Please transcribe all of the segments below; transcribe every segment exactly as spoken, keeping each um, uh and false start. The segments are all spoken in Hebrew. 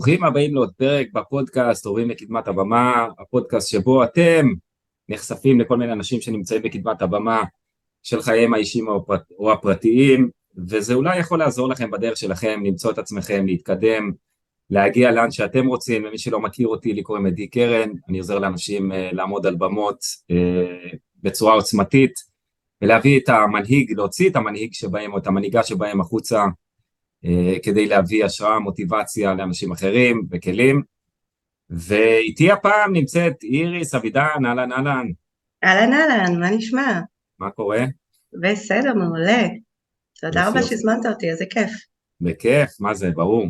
ברוכים הבאים לעוד פרק בפודקאסט עוברים לקדמת הבמה, הפודקאסט שבו אתם נחשפים לכל מיני אנשים שנמצאים בקדמת הבמה של חייהם האישיים או הפרטיים, וזה אולי יכול לעזור לכם בדרך שלכם למצוא את עצמכם, להתקדם, להגיע לאן שאתם רוצים. ומי שלא מכיר אותי, לי קוראים עדי קרן, אני עוזר לאנשים לעמוד על במות בצורה עוצמתית, ולהביא את המנהיג, להוציא את המנהיג שבהם או את המנהיגה שבהם החוצה, כדי להביא השראה, מוטיבציה לאנשים אחרים וכלים. ואיתי הפעם נמצאת איריס אבידן. אהלן אהלן. אהלן אהלן, מה נשמע? מה קורה? בסדר, מעולה. תודה רבה שהזמנת אותי, איזה כיף. בכיף, מה זה, ברור.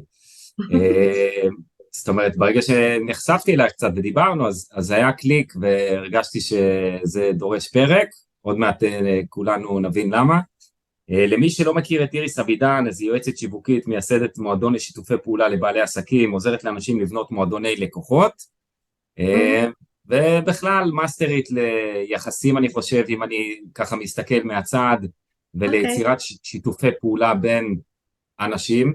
זאת אומרת, ברגע שנחשפתי אלייך קצת ודיברנו, אז, אז היה קליק והרגשתי שזה דורש פרק, עוד מעט כולנו נבין למה. למי שלא מכיר את איריס אבידן, אז היא יועצת שיווקית, מייסדת מועדון לשיתופי פעולה לבעלי עסקים, עוזרת לאנשים לבנות מועדוני לקוחות, ובכלל מאסטרית ליחסים, אני חושב, אם אני ככה מסתכל מהצד, וליצירת שיתופי פעולה בין אנשים.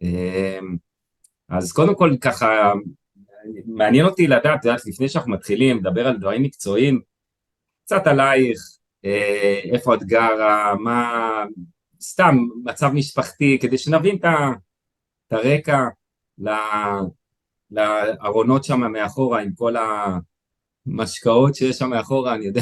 אז קודם כל ככה, מעניין אותי לדעת, לפני שאנחנו מתחילים, לדבר על דברים מקצועיים, קצת עלייך, איפה את גרה, מה, סתם מצב משפחתי, כדי שנבין את הרקע לארונות שם מאחורה, עם כל המשקאות שיש שם מאחורה, אני יודע.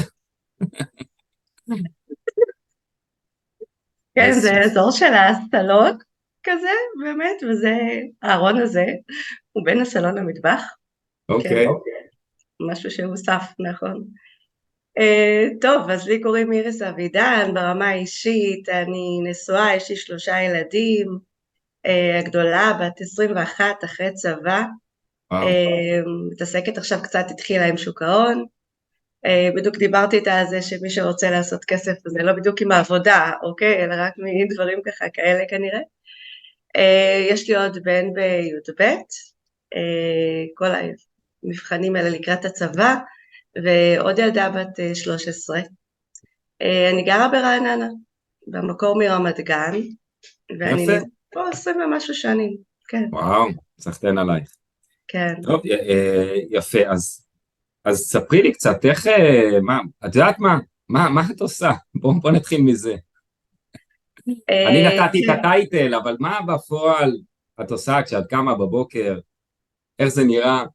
כן, זה אזור של הסלון כזה, באמת, וזה, הארון הזה, הוא בין הסלון למטבח. אוקיי. משהו שהוסף, נכון. Uh, טוב, אז לי קוראים איריס אבידן, ברמה האישית, אני נשואה, יש לי שלושה ילדים, uh, הגדולה בת עשרים ואחת אחרי צבא, uh, מתעסקת עכשיו קצת התחילה עם שוק ההון, uh, בדיוק דיברתי איתה על זה שמי שרוצה לעשות כסף זה לא בדיוק עם העבודה, אוקיי, אלא רק מדברים ככה כאלה כנראה. Uh, יש לי עוד בן בי"ב, uh, כל המבחנים האלה לקראת הצבא, ועוד ילדה בת שלוש עשרה. אני גרה ברעננה, במקור מרמת גן, ואני פה עשרים ומשהו שנים, כן. וואו, סחתן עלייך. כן. טוב, יפה, אז, אז ספרי לי קצת, איך, מה, את יודעת מה, מה, מה את עושה? בואו בוא נתחיל מזה. אני נתתי את הטייטל, אבל מה בפועל את עושה כשאת קמה בבוקר? איך זה נראה?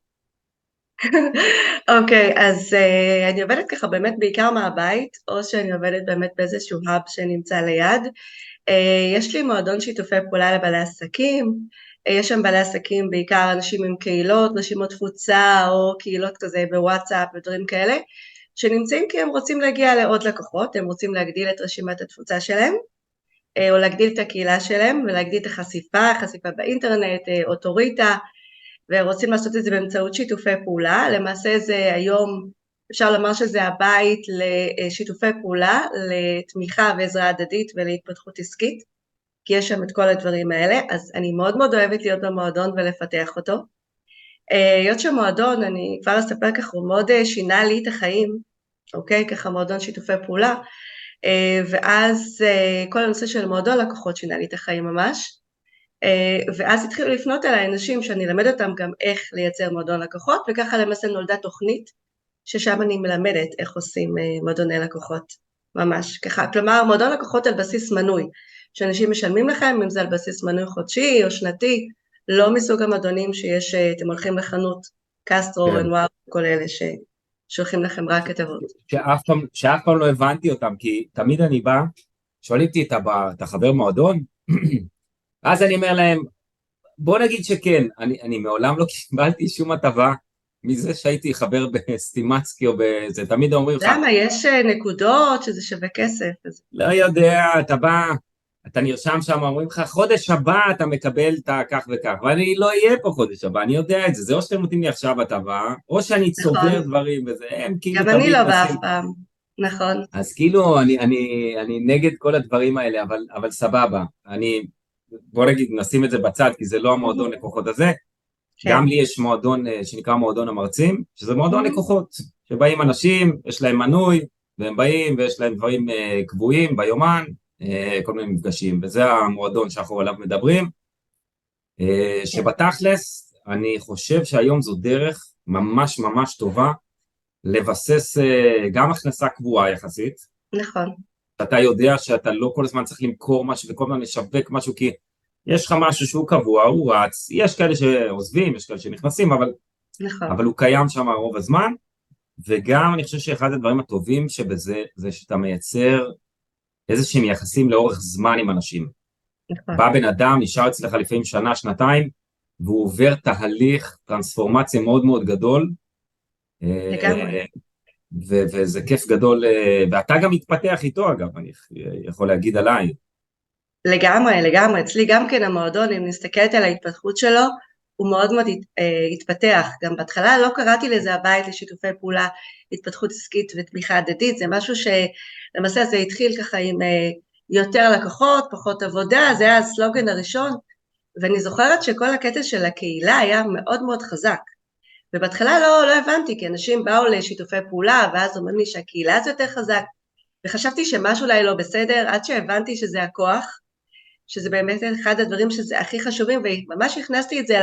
אוקיי, אז uh, אני עובדת ככה באמת בעיקר מהבית, או שאני עובדת באמת באיזשהו האב שנמצא ליד. Uh, יש לי מועדון שיתופי פעולה לבעלי עסקים, uh, יש שם בעלי עסקים בעיקר אנשים עם קהילות, רשימות תפוצה או קהילות כזה בוואטסאפ ודברים כאלה, שנמצאים כי הם רוצים להגיע לעוד לקוחות, הם רוצים להגדיל את רשימת התפוצה שלהם, uh, או להגדיל את הקהילה שלהם ולהגדיל את החשיפה, חשיפה באינטרנט, uh, אוטוריטה, ורוצים לעשות את זה באמצעות שיתופי פעולה. למעשה זה היום, אפשר לומר שזה הבית לשיתופי פעולה, לתמיכה ועזרה הדדית ולהתפתחות עסקית, כי יש שם את כל הדברים האלה, אז אני מאוד מאוד אוהבת להיות במועדון ולפתח אותו. היות שמועדון, אני כבר אספר ככה, הוא מאוד שינה לי את החיים, אוקיי? ככה מועדון שיתופי פעולה, ואז כל הנושא של מועדון לקוחות שינה לי את החיים ממש, ואז התחילו לפנות אליי אנשים שאני אלמד אותם גם איך לייצר מועדון לקוחות, וככה למעשה נולדה תוכנית ששם אני מלמדת איך עושים מועדוני לקוחות, ממש ככה. כלומר מועדון לקוחות על בסיס מנוי, שאנשים משלמים לכם, אם זה על בסיס מנוי חודשי או שנתי, לא מסוג המועדונים שיש, אתם הולכים לחנות קסטרו ונואר, כל אלה ששולחים לכם רק כתבות. שאף פעם, שאף פעם לא הבנתי אותם, כי תמיד אני בא, שואלים אותי, אתה חבר מועדון? אז אני אומר להם, בוא נגיד שכן, אני, אני מעולם לא קיבלתי שום הטבה מזה שהייתי חבר בסטימצקי או בזה, תמיד אומרים לך. למה? יש נקודות שזה שווה כסף. לא יודע, אתה בא, אתה נרשם שם, אומרים לך, חודש הבא אתה מקבל את כך וכך, ואני לא אהיה פה חודש הבא, אני יודע את זה, זה או שאתם נותנים לי עכשיו הטבה, או שאני צובר דברים וזה, הם כאילו תמיד... גם אני לא באף פעם, נכון. אז כאילו, אני, אני, אני נגד כל הדברים האלה, אבל, אבל סבבה, אני... בוא נגיד, נשים את זה בצד, כי זה לא המועדון לקוחות הזה. גם לי יש מועדון שנקרא מועדון המרצים, שזה מועדון לקוחות, שבאים אנשים, יש להם מנוי, והם באים ויש להם דברים קבועים ביומן, כל מיני מפגשים, וזה המועדון שאנחנו עליו מדברים, שבתכלס, אני חושב שהיום זו דרך ממש ממש טובה לבסס גם הכנסה קבועה יחסית. נכון. אתה יודע שאתה לא כל הזמן צריך למכור משהו וכל הזמן לשווק משהו, כי יש לך משהו שהוא קבוע, הוא רץ, יש כאלה שעוזבים, יש כאלה שנכנסים, אבל, נכון. אבל הוא קיים שם רוב הזמן, וגם אני חושב שאחד הדברים הטובים שבזה, זה שאתה מייצר איזשהם יחסים לאורך זמן עם אנשים. נכון. בא בן אדם, נשאר אצלך לפעמים שנה, שנתיים, והוא עובר תהליך, טרנספורמציה מאוד מאוד גדול, לגמרי. ו- וזה כיף גדול, ואתה גם מתפתח איתו אגב, אני יכול להגיד עליי. לגמרי, לגמרי, אצלי גם כן המועדון, אם נסתכלת על ההתפתחות שלו, הוא מאוד מאוד התפתח, גם בהתחלה לא קראתי לזה הבית לשיתופי פעולה, התפתחות עסקית ותמיכה הדדית, זה משהו שלמעשה זה התחיל ככה עם יותר לקוחות, פחות עבודה, זה היה הסלוגן הראשון, ואני זוכרת שכל הקטע של הקהילה היה מאוד מאוד חזק, ובהתחלה לא, לא הבנתי, כי אנשים באו לשיתופי פעולה, ואז אומרים לי שהקהילה זה יותר חזק, וחשבתי שמשהו אולי לא בסדר, עד שהבנתי שזה הכוח, שזה באמת אחד הדברים שזה הכי חשובים, וממש הכנסתי את זה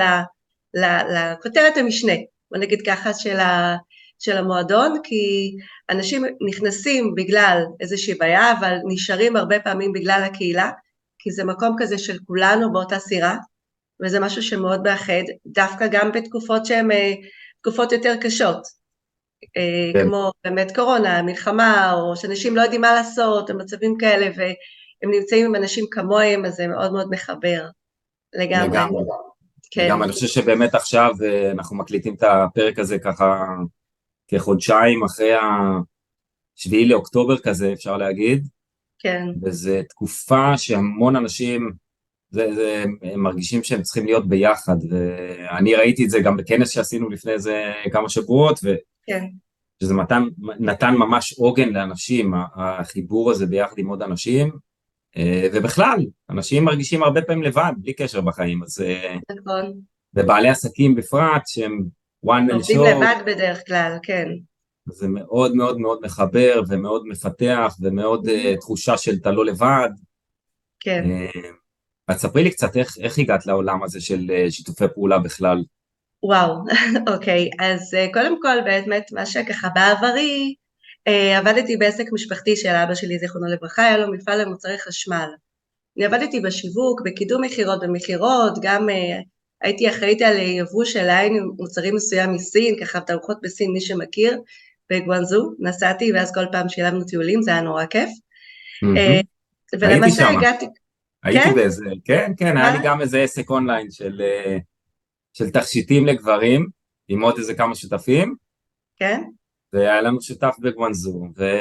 לכותרת המשנה, בוא נגיד ככה, של, ה, של המועדון, כי אנשים נכנסים בגלל איזושהי בעיה, אבל נשארים הרבה פעמים בגלל הקהילה, כי זה מקום כזה של כולנו באותה סירה, וזה משהו שמאוד מאחד, דווקא גם בתקופות שהן תקופות יותר קשות, כן. כמו באמת קורונה, מלחמה, או שאנשים לא יודעים מה לעשות, או מצבים כאלה, והם נמצאים עם אנשים כמוהם, אז זה מאוד מאוד מחבר, לגמרי. לגמרי. כן. לגמרי, אני חושב שבאמת עכשיו אנחנו מקליטים את הפרק הזה ככה כחודשיים אחרי השביעי לאוקטובר כזה, אפשר להגיד. כן. וזו תקופה שהמון אנשים, זה, זה, הם מרגישים שהם צריכים להיות ביחד, ואני ראיתי את זה גם בכנס שעשינו לפני איזה כמה שבועות, ו... כן. שזה נתן, נתן ממש עוגן לאנשים, החיבור הזה ביחד עם עוד אנשים, ובכלל, אנשים מרגישים הרבה פעמים לבד, בלי קשר בחיים, אז... נכון. ובעלי עסקים בפרט, שהם one man show. עובדים לבד בדרך כלל, כן. זה מאוד מאוד מאוד מחבר, ומאוד מפתח, ומאוד uh, תחושה של אתה לא לבד. כן. Uh, אז ספרי לי קצת איך, איך הגעת לעולם הזה של uh, שיתופי פעולה בכלל. וואו, אוקיי, אז קודם כל באמת מה שככה בעברי, עבדתי בעסק משפחתי של אבא שלי זיכרונו לברכה, היה לו מפעל למוצרי חשמל. אני עבדתי בשיווק, בקידום מחירות במחירות, גם הייתי אחראית על יבוא של ליין מוצרים מסוים מסין, ככה תערוכות בסין מי שמכיר, בגואנזו, נסעתי ואז כל פעם שילמנו טיולים, זה היה נורא כיף. הייתי שם, הייתי כן? באיזה, כן, כן, היה לי גם איזה עסק אונליין של... של תכשיטים לגברים, עם עוד איזה כמה שותפים. כן. והיה לנו שותף בגואנזו,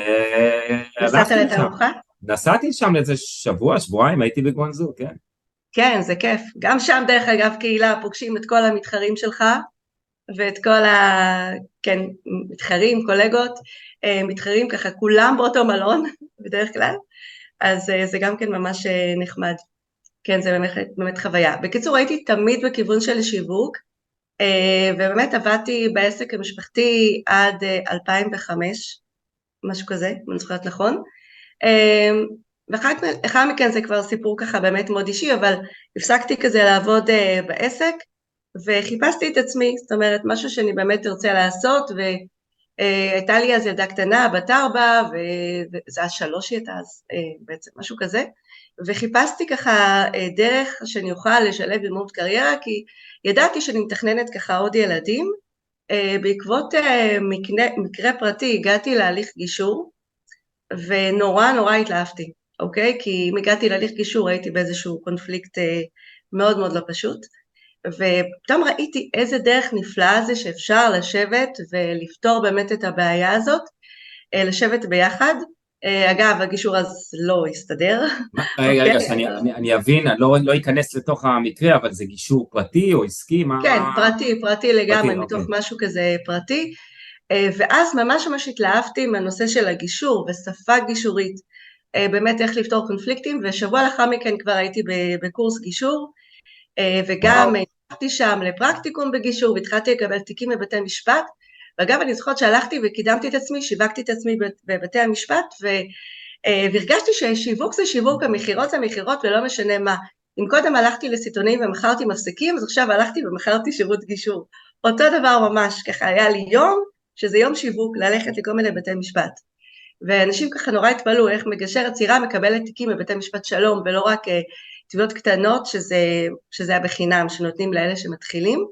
נסעת לתערוכה? נסעתי שם לאיזה שבוע, שבועיים, הייתי בגואנזו, כן. כן, זה כיף. גם שם דרך אגב קהילה פוגשים את כל המתחרים שלך, ואת כל ה... כן, מתחרים, קולגות, מתחרים ככה, כולם באותו מלון, בדרך כלל, אז זה גם כן ממש נחמד. כן, זה באמת, באמת חוויה. בקיצור, הייתי תמיד בכיוון של שיווק, ובאמת עבדתי בעסק המשפחתי עד אלפיים וחמש, משהו כזה, אני זוכרת נכון. ואחר מכן זה כבר סיפור ככה באמת מאוד אישי, אבל הפסקתי כזה לעבוד בעסק, וחיפשתי את עצמי, זאת אומרת, משהו שאני באמת רוצה לעשות, והייתה לי אז ילדה קטנה, בת ארבע, וזה היה שלוש הייתה אז בעצם, משהו כזה, וחיפשתי ככה דרך שאני אוכל לשלב לימוד קריירה, כי ידעתי שאני מתכננת ככה עוד ילדים, בעקבות מקרה, מקרה פרטי הגעתי להליך גישור, ונורא נורא התלהבתי, אוקיי? כי אם הגעתי להליך גישור הייתי באיזשהו קונפליקט מאוד מאוד לא פשוט, ופתאום ראיתי איזה דרך נפלאה זה שאפשר לשבת ולפתור באמת את הבעיה הזאת, לשבת ביחד, אגב, הגישור אז לא הסתדר. רגע, רגע, אני אבין, אני לא אכנס לתוך המקרה, אבל זה גישור פרטי או עסקי? כן, פרטי, פרטי לגמרי, מתוך משהו כזה פרטי, ואז ממש ממש התלהבתי מהנושא של הגישור ושפה גישורית, באמת איך לפתור קונפליקטים, ושבוע לאחר מכן כבר הייתי בקורס גישור, וגם התחלתי שם לפרקטיקום בגישור, והתחלתי לקבל תיקים בבתי משפט, ואגב אני זוכרת שהלכתי וקידמתי את עצמי, שיווקתי את עצמי בבתי המשפט, והרגשתי ששיווק זה שיווק, המחירות זה מחירות ולא משנה מה, אם קודם הלכתי לסיטונאים ומכרתי מפסקים, אז עכשיו הלכתי ומכרתי שירות גישור. אותו דבר ממש, ככה היה לי יום, שזה יום שיווק, ללכת לכל מיני בתי משפט. ואנשים ככה נורא התפלאו איך מגשרת צעירה מקבלת תיקים בבתי משפט שלום, ולא רק uh, תביעות קטנות, שזה, שזה היה בחינם, שנותנים לאלה שמתחילים.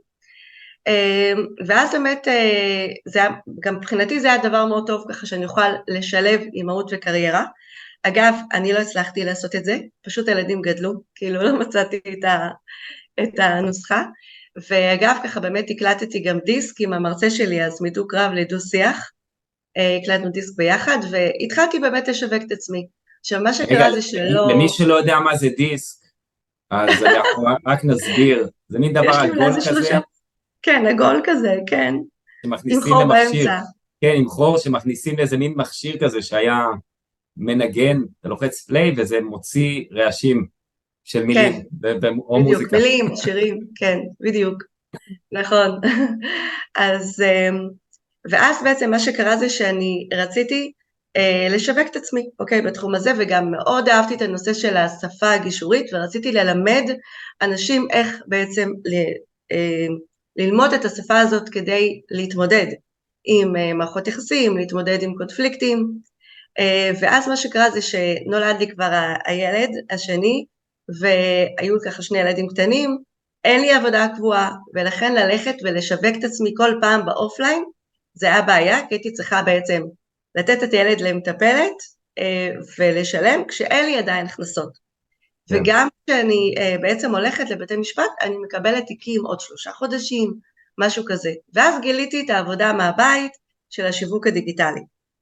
Uh, ואז באמת, uh, זה היה, גם מבחינתי זה היה דבר מאוד טוב, ככה שאני אוכל לשלב אימהות וקריירה. אגב, אני לא הצלחתי לעשות את זה, פשוט הילדים גדלו, כאילו לא מצאתי את, ה, את הנוסחה. ואגב, ככה באמת הקלטתי גם דיסק עם המרצה שלי, אז מדו קרב לדו שיח, הקלטנו דיסק ביחד, והתחלתי באמת לשווק את עצמי. עכשיו, מה שקרה זה שלא... למי שלא יודע מה זה דיסק, אז אנחנו רק נסביר, זה מין דבר עגול כזה? כן, עגול כזה, כן. עם חור באמצע. כן, עם חור שמכניסים לאיזה מין מכשיר כזה שהיה מנגן, אתה לוחץ פליי וזה מוציא רעשים של מילים, או מוזיקה. בדיוק, מילים, שירים, כן, בדיוק. נכון. אז... ואז בעצם מה שקרה זה שאני רציתי אה, לשווק את עצמי, אוקיי, בתחום הזה, וגם מאוד אהבתי את הנושא של השפה הגישורית, ורציתי ללמד אנשים איך בעצם ל, אה, ללמוד את השפה הזאת כדי להתמודד עם אה, מערכות יחסים, להתמודד עם קונפליקטים, אה, ואז מה שקרה זה שנולד לי כבר ה- הילד השני, והיו ככה שני ילדים קטנים, אין לי עבודה קבועה, ולכן ללכת ולשווק את עצמי כל פעם באופליין, זה היה בעיה, כי הייתי צריכה בעצם לתת את הילד למטפלת אה, ולשלם, כשאין לי עדיין הכנסות. Yeah. וגם כשאני אה, בעצם הולכת לבתי משפט, אני מקבלת תיקים עוד שלושה חודשים, משהו כזה. ואז גיליתי את העבודה מהבית של השיווק הדיגיטלי.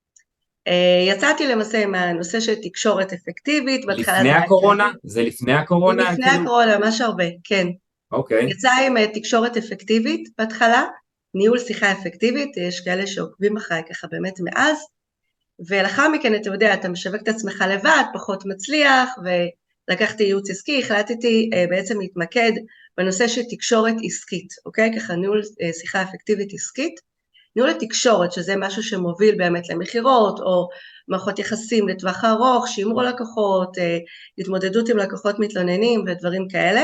אה, יצאתי למעשה מהנושא של תקשורת אפקטיבית. לפני הקורונה? היה... זה לפני הקורונה? לפני כאילו... הקורונה, ממש הרבה, כן. אוקיי. Okay. יצא עם תקשורת אפקטיבית בהתחלה, ניהול שיחה אפקטיבית, יש כאלה שעוקבים אחריי ככה באמת מאז, ולאחר מכן אתה יודע, אתה משווק את עצמך לבד, פחות מצליח, ולקחתי ייעוץ עסקי, החלטתי uh, בעצם להתמקד בנושא של תקשורת עסקית, אוקיי? ככה ניהול uh, שיחה אפקטיבית עסקית, ניהול התקשורת, שזה משהו שמוביל באמת למחירות, או מערכות יחסים לטווח ארוך, שימור לקוחות, uh, התמודדות עם לקוחות מתלוננים ודברים כאלה,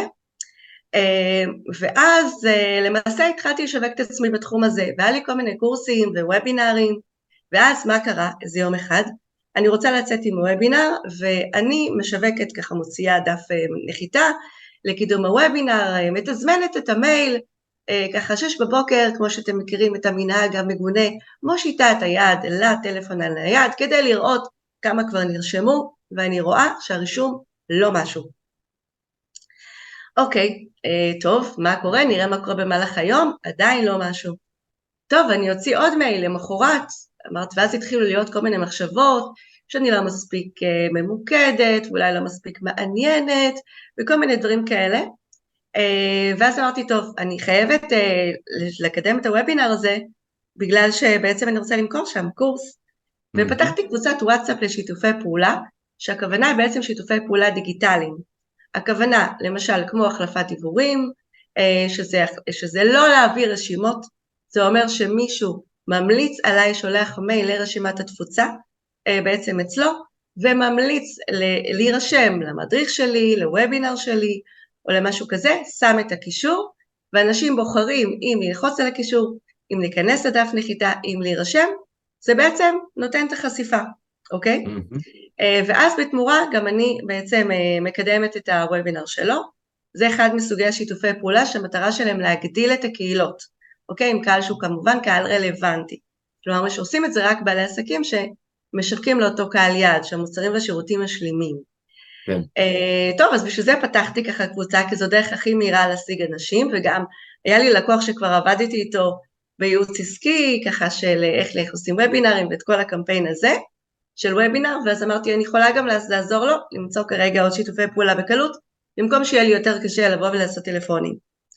ואז למעשה התחלתי לשווק את עצמי בתחום הזה, והיה לי כל מיני קורסים ווובינרים, ואז מה קרה? איזה יום אחד, אני רוצה לצאת עם וובינר, ואני משווקת ככה מוציאה דף נחיתה לקידום הוובינר, מתזמנת את המייל, ככה שש בבוקר, כמו שאתם מכירים את המנהג המגונה, מושיטה את היד לטלפון על היד, כדי לראות כמה כבר נרשמו, ואני רואה שהרישום לא משהו. אוקיי, טוב, מה קורה? נראה מה קורה במהלך היום, עדיין לא משהו. טוב, אני אוציא עוד מייל למחרת, אמרת, ואז התחילו להיות כל מיני מחשבות, שאני לא מספיק ממוקדת, ואולי לא מספיק מעניינת, וכל מיני דברים כאלה. ואז אמרתי, טוב, אני חייבת לקדם את הוובינר הזה, בגלל שבעצם אני רוצה למכור שם קורס. ופתחתי קבוצת וואטסאפ לשיתופי פעולה, שהכוונה היא בעצם שיתופי פעולה דיגיטליים. הכוונה, למשל, כמו החלפת דיבורים, שזה, שזה לא להעביר רשימות, זה אומר שמישהו ממליץ עליי, שולח מייל לרשימת התפוצה, בעצם אצלו, וממליץ להירשם למדריך שלי, לוובינר שלי, או למשהו כזה, שם את הקישור, ואנשים בוחרים אם ללחוץ על הקישור, אם להיכנס לדף נחיתה, אם להירשם, זה בעצם נותן את החשיפה, אוקיי? Mm-hmm. ואז בתמורה גם אני בעצם מקדמת את הוובינר שלו, זה אחד מסוגי השיתופי פעולה שהמטרה שלהם להגדיל את הקהילות, אוקיי? עם קהל שהוא כמובן קהל רלוונטי, כלומר שעושים את זה רק בעלי עסקים שמשווקים לאותו קהל יעד, שהמוצרים והשירותים משלימים. כן. טוב, אז בשביל זה פתחתי ככה קבוצה, כי זו דרך הכי מהירה להשיג אנשים, וגם היה לי לקוח שכבר עבדתי איתו בייעוץ עסקי, ככה של איך, איך עושים וובינרים ואת כל הקמפיין הזה, של וובינר, ואז אמרתי, אני יכולה גם לעזור לו, למצוא כרגע עוד שיתופי פעולה בקלות, במקום שיהיה לי יותר קשה לבוא ולעשות טלפונים.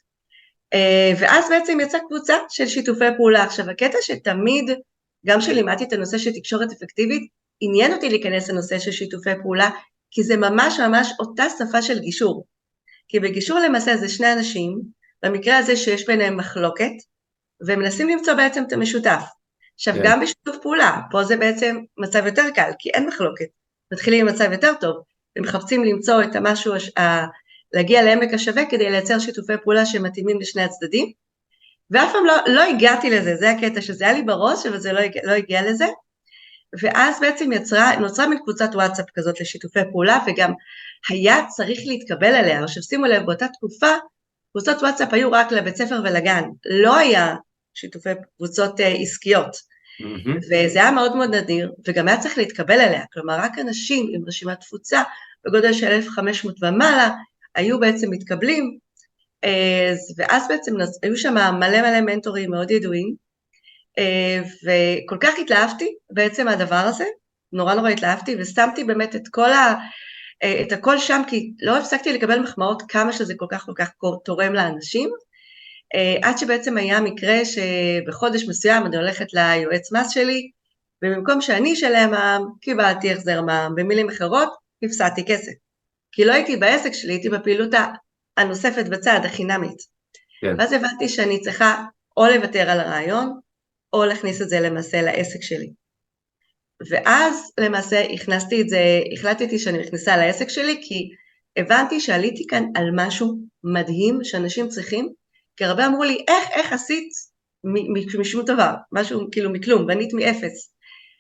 ואז בעצם יצא קבוצה של שיתופי פעולה. עכשיו, הקטע שתמיד, גם שלימדתי את הנושא של תקשורת אפקטיבית, עניין אותי להיכנס לנושא של שיתופי פעולה, כי זה ממש ממש אותה שפה של גישור. כי בגישור למעשה זה שני אנשים, במקרה הזה שיש ביניהם מחלוקת, והם מנסים למצוא בעצם את המשותף. עכשיו, yeah. גם בשיתוף פעולה, פה זה בעצם מצב יותר קל, כי אין מחלוקת. מתחילים עם מצב יותר טוב, ומחפשים למצוא את המשהו להגיע לעמק השווה כדי לייצר שיתופי פעולה שמתאימים לשני הצדדים, ואף פעם לא, לא הגעתי לזה, זה הקטע שזה היה לי בראש, אבל זה לא, לא הגיע לזה, ואז בעצם יצרה, נוצרה מן קבוצת וואטסאפ כזאת לשיתופי פעולה, וגם היה צריך להתקבל עליה. עכשיו שימו לב, באותה תקופה, קבוצות וואטסאפ היו רק לבית ספר ולגן, לא היה שיתופי קבוצות עסקיות, mm-hmm. וזה היה מאוד מאוד נדיר, וגם היה צריך להתקבל עליה, כלומר רק אנשים עם רשימת תפוצה, בגודל של אלף וחמש מאות ומעלה, היו בעצם מתקבלים, ואז בעצם היו שם מלא מלא מנטורים מאוד ידועים, וכל כך התלהבתי בעצם הדבר הזה, נורא נורא התלהבתי, ושמתי באמת את כל ה... את הכל שם, כי לא הפסקתי לקבל מחמאות כמה שזה כל כך כל כך תורם לאנשים, עד שבעצם היה מקרה שבחודש מסוים אני הולכת ליועץ מס שלי, ובמקום שאני אשלם מע"מ, קיבלתי החזר מע"מ, במילים אחרות, הפסדתי כסף. כי לא הייתי בעסק שלי, הייתי בפעילות הנוספת בצד, החינמית. כן. ואז הבנתי שאני צריכה או לוותר על הרעיון, או להכניס את זה למעשה לעסק שלי. ואז למעשה הכנסתי את זה, החלטתי שאני נכנסה לעסק שלי, כי הבנתי שעליתי כאן על משהו מדהים שאנשים צריכים, כי הרבה אמרו לי, איך, איך עשית משום דבר, משהו כאילו מכלום, בנית מאפס.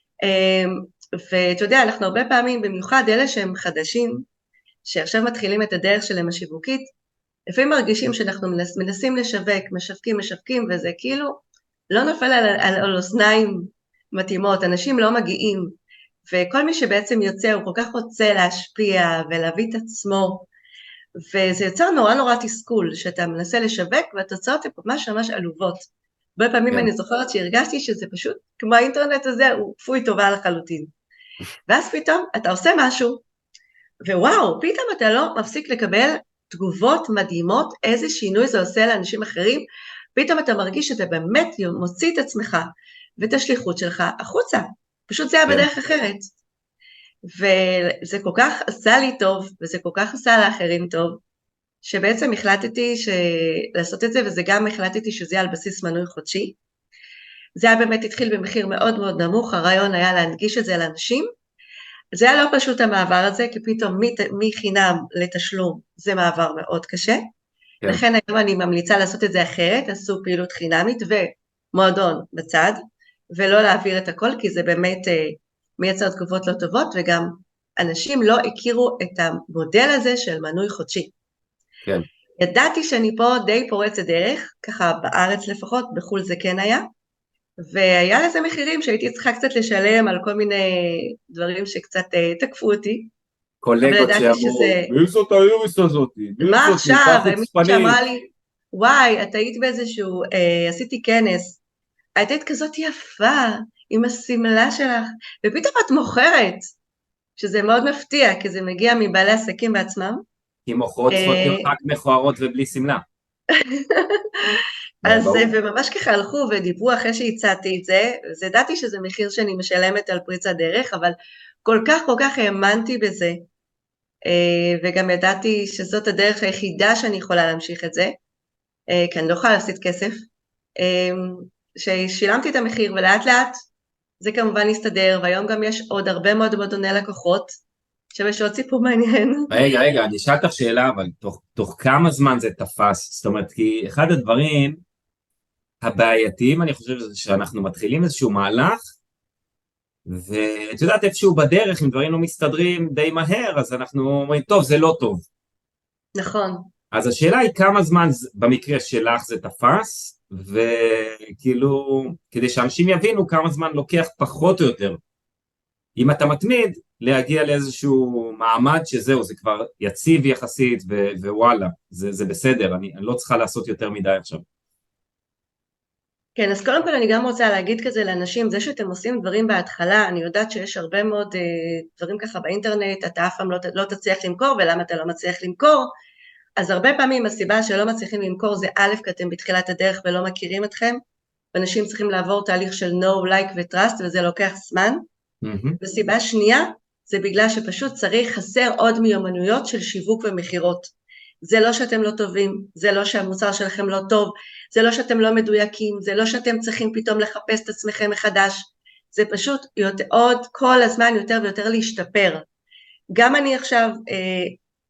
ואתה יודע, אנחנו הרבה פעמים, במיוחד אלה שהם חדשים, שעכשיו מתחילים את הדרך שלהם השיווקית, לפעמים מרגישים שאנחנו מנסים לשווק, משווקים, משווקים, וזה כאילו לא נופל על, על, על אוזניים מתאימות, אנשים לא מגיעים, וכל מי שבעצם יוצא, הוא כל כך רוצה להשפיע ולהביא את עצמו, וזה יוצר נורא נורא תסכול, שאתה מנסה לשווק, והתוצאות הן ממש ממש עלובות. הרבה פעמים אני זוכרת שהרגשתי שזה פשוט, כמו האינטרנט הזה, הוא כפוי טובה לחלוטין. ואז פתאום אתה עושה משהו, ווואו, פתאום אתה לא מפסיק לקבל תגובות מדהימות, איזה שינוי זה עושה לאנשים אחרים, פתאום אתה מרגיש שאתה באמת מוציא את עצמך, ואת השליחות שלך החוצה, פשוט זה היה בדרך אחרת. וזה כל כך עשה לי טוב, וזה כל כך עשה לאחרים טוב, שבעצם החלטתי לעשות את זה, וזה גם החלטתי שזה יהיה על בסיס מנוי חודשי. זה היה באמת התחיל במחיר מאוד מאוד נמוך, הרעיון היה להנגיש את זה לאנשים, זה היה לא פשוט המעבר הזה, כי פתאום מחינם לתשלום, זה מעבר מאוד קשה, כן. לכן היום אני ממליצה לעשות את זה אחרת, עשו פעילות חינמית ומועדון בצד, ולא להעביר את הכל, כי זה באמת מייצר תגובות לא טובות, וגם אנשים לא הכירו את המודל הזה של מנוי חודשי. כן. ידעתי שאני פה די פורצת דרך, ככה בארץ לפחות, בחול זה כן היה, והיה לזה מחירים שהייתי צריכה קצת לשלם על כל מיני דברים שקצת תקפו אותי. קולגות שאמרו, מי זאת האיריס הזאת? מה עכשיו? מישהו שאמרה לי, וואי, את היית באיזשהו, עשיתי כנס, את היית כזאת יפה, עם הסמלה שלך, ופתאום את מוכרת, שזה מאוד מפתיע, כי זה מגיע מבעלי עסקים בעצמם. כי מוכרות צריכות להיות רק מכוערות ובלי סמלה. אז וממש ככה הלכו ודיברו אחרי שהצעתי את זה, אז ידעתי שזה מחיר שאני משלמת על פריצת דרך, אבל כל כך כל כך האמנתי בזה, וגם ידעתי שזאת הדרך היחידה שאני יכולה להמשיך את זה, כי אני לא יכולה להפסיד כסף, ששילמתי את המחיר ולאט לאט זה כמובן הסתדר, והיום גם יש עוד הרבה מאוד מועדוני לקוחות, שיש עוד סיפור מעניין. רגע, רגע, אני אשאל אותך שאלה, אבל תוך, תוך כמה זמן זה תפס? זאת אומרת, כי אחד הדברים הבעייתיים, אני חושב, זה שאנחנו מתחילים איזשהו מהלך, ואת יודעת, איפשהו בדרך, אם דברים לא מסתדרים די מהר, אז אנחנו אומרים, טוב, זה לא טוב. נכון. אז השאלה היא כמה זמן במקרה שלך זה תפס, וכאילו, כדי שאנשים יבינו כמה זמן לוקח פחות או יותר. אם אתה מתמיד, להגיע לאיזשהו מעמד שזהו, זה כבר יציב יחסית, ווואלה, זה, זה בסדר, אני, אני לא צריכה לעשות יותר מדי עכשיו. כן, אז קודם כל אני גם רוצה להגיד כזה לאנשים, זה שאתם עושים דברים בהתחלה, אני יודעת שיש הרבה מאוד אה, דברים ככה באינטרנט, אתה אף פעם לא, לא תצליח למכור, ולמה אתה לא מצליח למכור, אז הרבה פעמים הסיבה שלא מצליחים למכור זה א', כי אתם בתחילת הדרך ולא מכירים אתכם, ואנשים צריכים לעבור תהליך של know, like ו-trust, וזה לוקח זמן, mm-hmm. וסיבה שנייה, זה בגלל שפשוט צריך חסר עוד מיומנויות של שיווק ומחירות. זה לא שאתם לא טובים, זה לא שהמוצר שלכם לא טוב, זה לא שאתם לא מדויקים, זה לא שאתם צריכים פתאום לחפש את עצמכם מחדש, זה פשוט יותר, עוד כל הזמן יותר ויותר להשתפר. גם אני עכשיו, אה,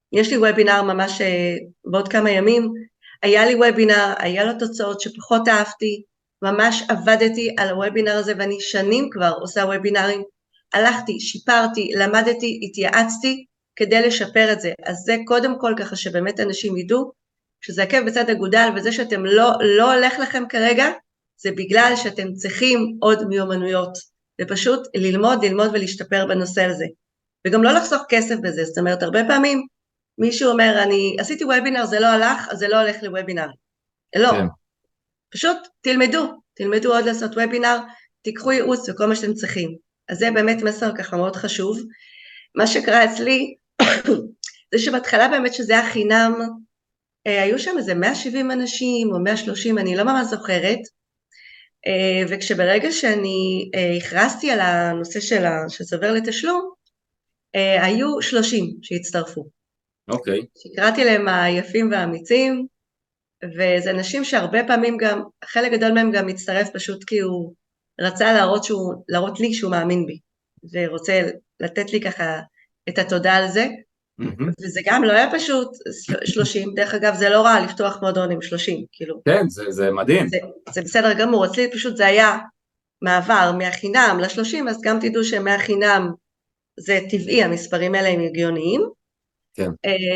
יש לי וובינר ממש בעוד כמה ימים, היה לי וובינר, היה לו תוצאות שפחות אהבתי, ממש עבדתי על הוובינר הזה, ואני שנים כבר עושה וובינרים, הלכתי, שיפרתי, למדתי, התייעצתי, כדי לשפר את זה. אז זה קודם כל ככה שבאמת אנשים ידעו, שזה עקב בצד אגודל, וזה שאתם לא, לא הולך לכם כרגע, זה בגלל שאתם צריכים עוד מיומנויות, ופשוט ללמוד, ללמוד ולהשתפר בנושא הזה. וגם לא לחסוך כסף בזה, זאת אומרת, הרבה פעמים מישהו אומר, אני עשיתי וובינר, זה לא הלך, אז זה לא הולך לוובינר. לא, כן. פשוט תלמדו, תלמדו עוד לעשות וובינר, תיקחו ייעוץ וכל מה שאתם צריכים. אז זה באמת מסר ככה מאוד חשוב. מה שקרה אצלי, זה שבהתחלה באמת שזה היה חינם, היו שם איזה מאה שבעים אנשים או מאה שלושים, אני לא ממש זוכרת, וכשברגע שאני הכרזתי על הנושא של שסובר לתשלום, היו שלושים שהצטרפו. אוקיי. שקראתי להם היפים והאמיצים, וזה אנשים שהרבה פעמים גם, חלק גדול מהם גם מצטרף פשוט כי הוא רצה להראות, שהוא, להראות לי שהוא מאמין בי, ורוצה לתת לי ככה את התודה על זה, Mm-hmm. וזה גם לא היה פשוט שלושים, דרך אגב זה לא רע לפתוח מועדון עם שלושים, כאילו. כן, זה, זה מדהים. זה, זה בסדר גמור, אצלי פשוט זה היה מעבר מהחינם ל-שלושים, אז גם תדעו שמהחינם זה טבעי, המספרים האלה הם הגיוניים, כן.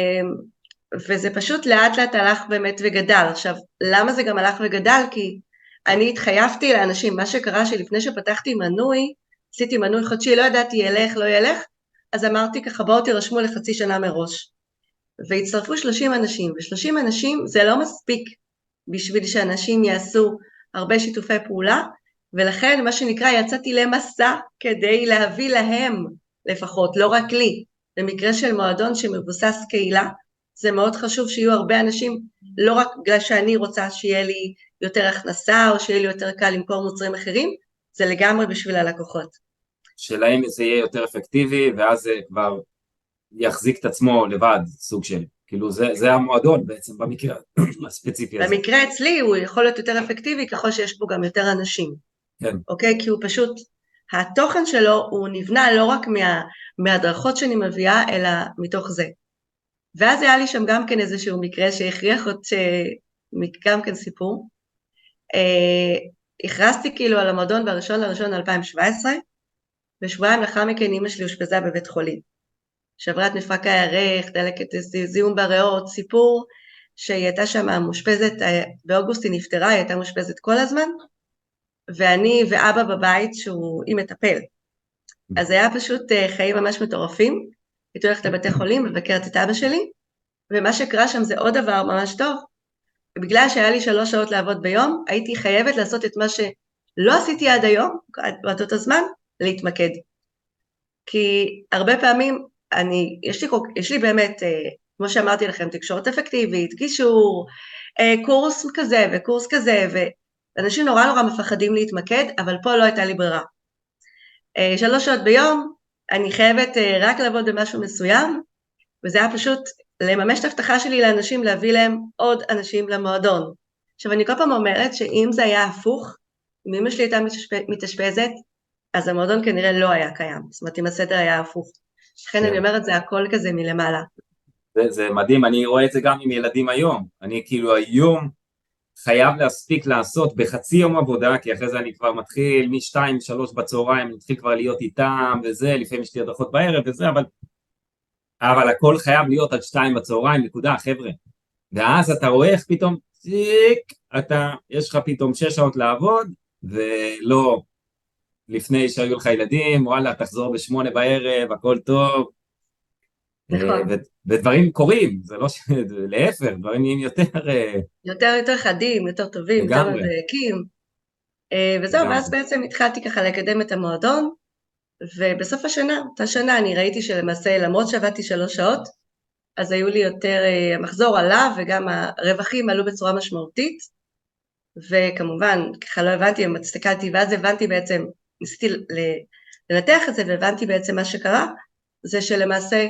וזה פשוט לאט לאט הלך באמת וגדל. עכשיו, למה זה גם הלך וגדל? כי אני התחייבתי לאנשים, מה שקרה שלפני שפתחתי מנוי, עשיתי מנוי חודשי, לא ידעתי ילך, לא ילך, אז אמרתי ככה, בואו תירשמו לחצי שנה מראש. והצטרפו שלושים אנשים, ו-שלושים אנשים זה לא מספיק בשביל שאנשים יעשו הרבה שיתופי פעולה, ולכן מה שנקרא יצאתי למסע כדי להביא להם לפחות, לא רק לי. במקרה של מועדון שמבוסס קהילה, זה מאוד חשוב שיהיו הרבה אנשים, לא רק בגלל שאני רוצה שיהיה לי יותר הכנסה, או שיהיה לי יותר קל למכור מוצרים אחרים, זה לגמרי בשביל הלקוחות. שלהם זה יהיה יותר אפקטיבי, ואז זה כבר יחזיק את עצמו לבד, סוג של, כאילו זה, זה המועדון בעצם במקרה הספציפי הזה. במקרה אצלי הוא יכול להיות יותר אפקטיבי, ככל שיש בו גם יותר אנשים. כן. אוקיי? כי הוא פשוט, התוכן שלו הוא נבנה לא רק מה, מהדרכות שאני מביאה, אלא מתוך זה. ואז היה לי שם גם כן איזשהו מקרה שהכריח עוד גם כן סיפור. אה, הכרזתי כאילו על המועדון בראשון לראשון אלפיים שבע עשרה, ושבועיים לאחר מכן אמא שלי אושפזה בבית חולים. שברת מפרק הירך, דלקת זיהום בריאות, סיפור שהיא הייתה שם מושפזת, באוגוסט היא נפטרה, היא הייתה מושפזת כל הזמן, ואני ואבא בבית שהוא היא מטפל. אז היה פשוט חיים ממש מטורפים, הייתי הולכת לבתי חולים, מבקרת את אבא שלי, ומה שקרה שם זה עוד דבר ממש טוב, ובגלל שהיה לי שלוש שעות לעבוד ביום, הייתי חייבת לעשות את מה שלא עשיתי עד היום, עד אותו הזמן, להתמקד. כי הרבה פעמים, אני, יש לי, יש לי באמת, כמו שאמרתי לכם, תקשורת אפקטיבית, גישור, קורס כזה וקורס כזה, ואנשים נורא נורא מפחדים להתמקד, אבל פה לא הייתה לי ברירה. שלוש שעות ביום, אני חייבת רק לעבוד במשהו מסוים, וזה היה פשוט לממש את ההבטחה שלי לאנשים, להביא להם עוד אנשים למועדון. עכשיו, אני כל פעם אומרת שאם זה היה הפוך, אם אמא שלי הייתה מתאשפזת, אז המועדון כנראה לא היה קיים. זאת אומרת, אם הסדר היה הפוך. לכן אני אומרת, זה הכל כזה מלמעלה. זה, זה מדהים, אני רואה את זה גם עם ילדים היום. אני כאילו היום חייב להספיק לעשות בחצי יום עבודה, כי אחרי זה אני כבר מתחיל משתיים, שלוש בצהריים, אני מתחיל כבר להיות איתם וזה, לפעמים יש לי הדרכות בערב וזה, אבל, אבל הכל חייב להיות עד שתיים בצהריים, נקודה, חבר'ה. ואז אתה רואה איך פתאום, ציק, אתה, יש לך פתאום שש שעות לעבוד, ולא לפני שהיו לך ילדים, וואלה, תחזור בשמונה בערב, הכל טוב. נכון. ודברים קורים, זה לא ש... להפך, דברים נהיים יותר... יותר יותר חדים, יותר טובים, יותר מדויקים. וזהו, ואז בעצם התחלתי ככה לקדם את המועדון, ובסוף השנה, אותה שנה, אני ראיתי שלמעשה, למרות שעבדתי שלוש שעות, אז היו לי יותר, המחזור עלה, וגם הרווחים עלו בצורה משמעותית, וכמובן, ככה לא הבנתי, הסתכלתי, ואז הבנתי בעצם, ניסיתי לנתח את זה, והבנתי בעצם מה שקרה, זה שלמעשה,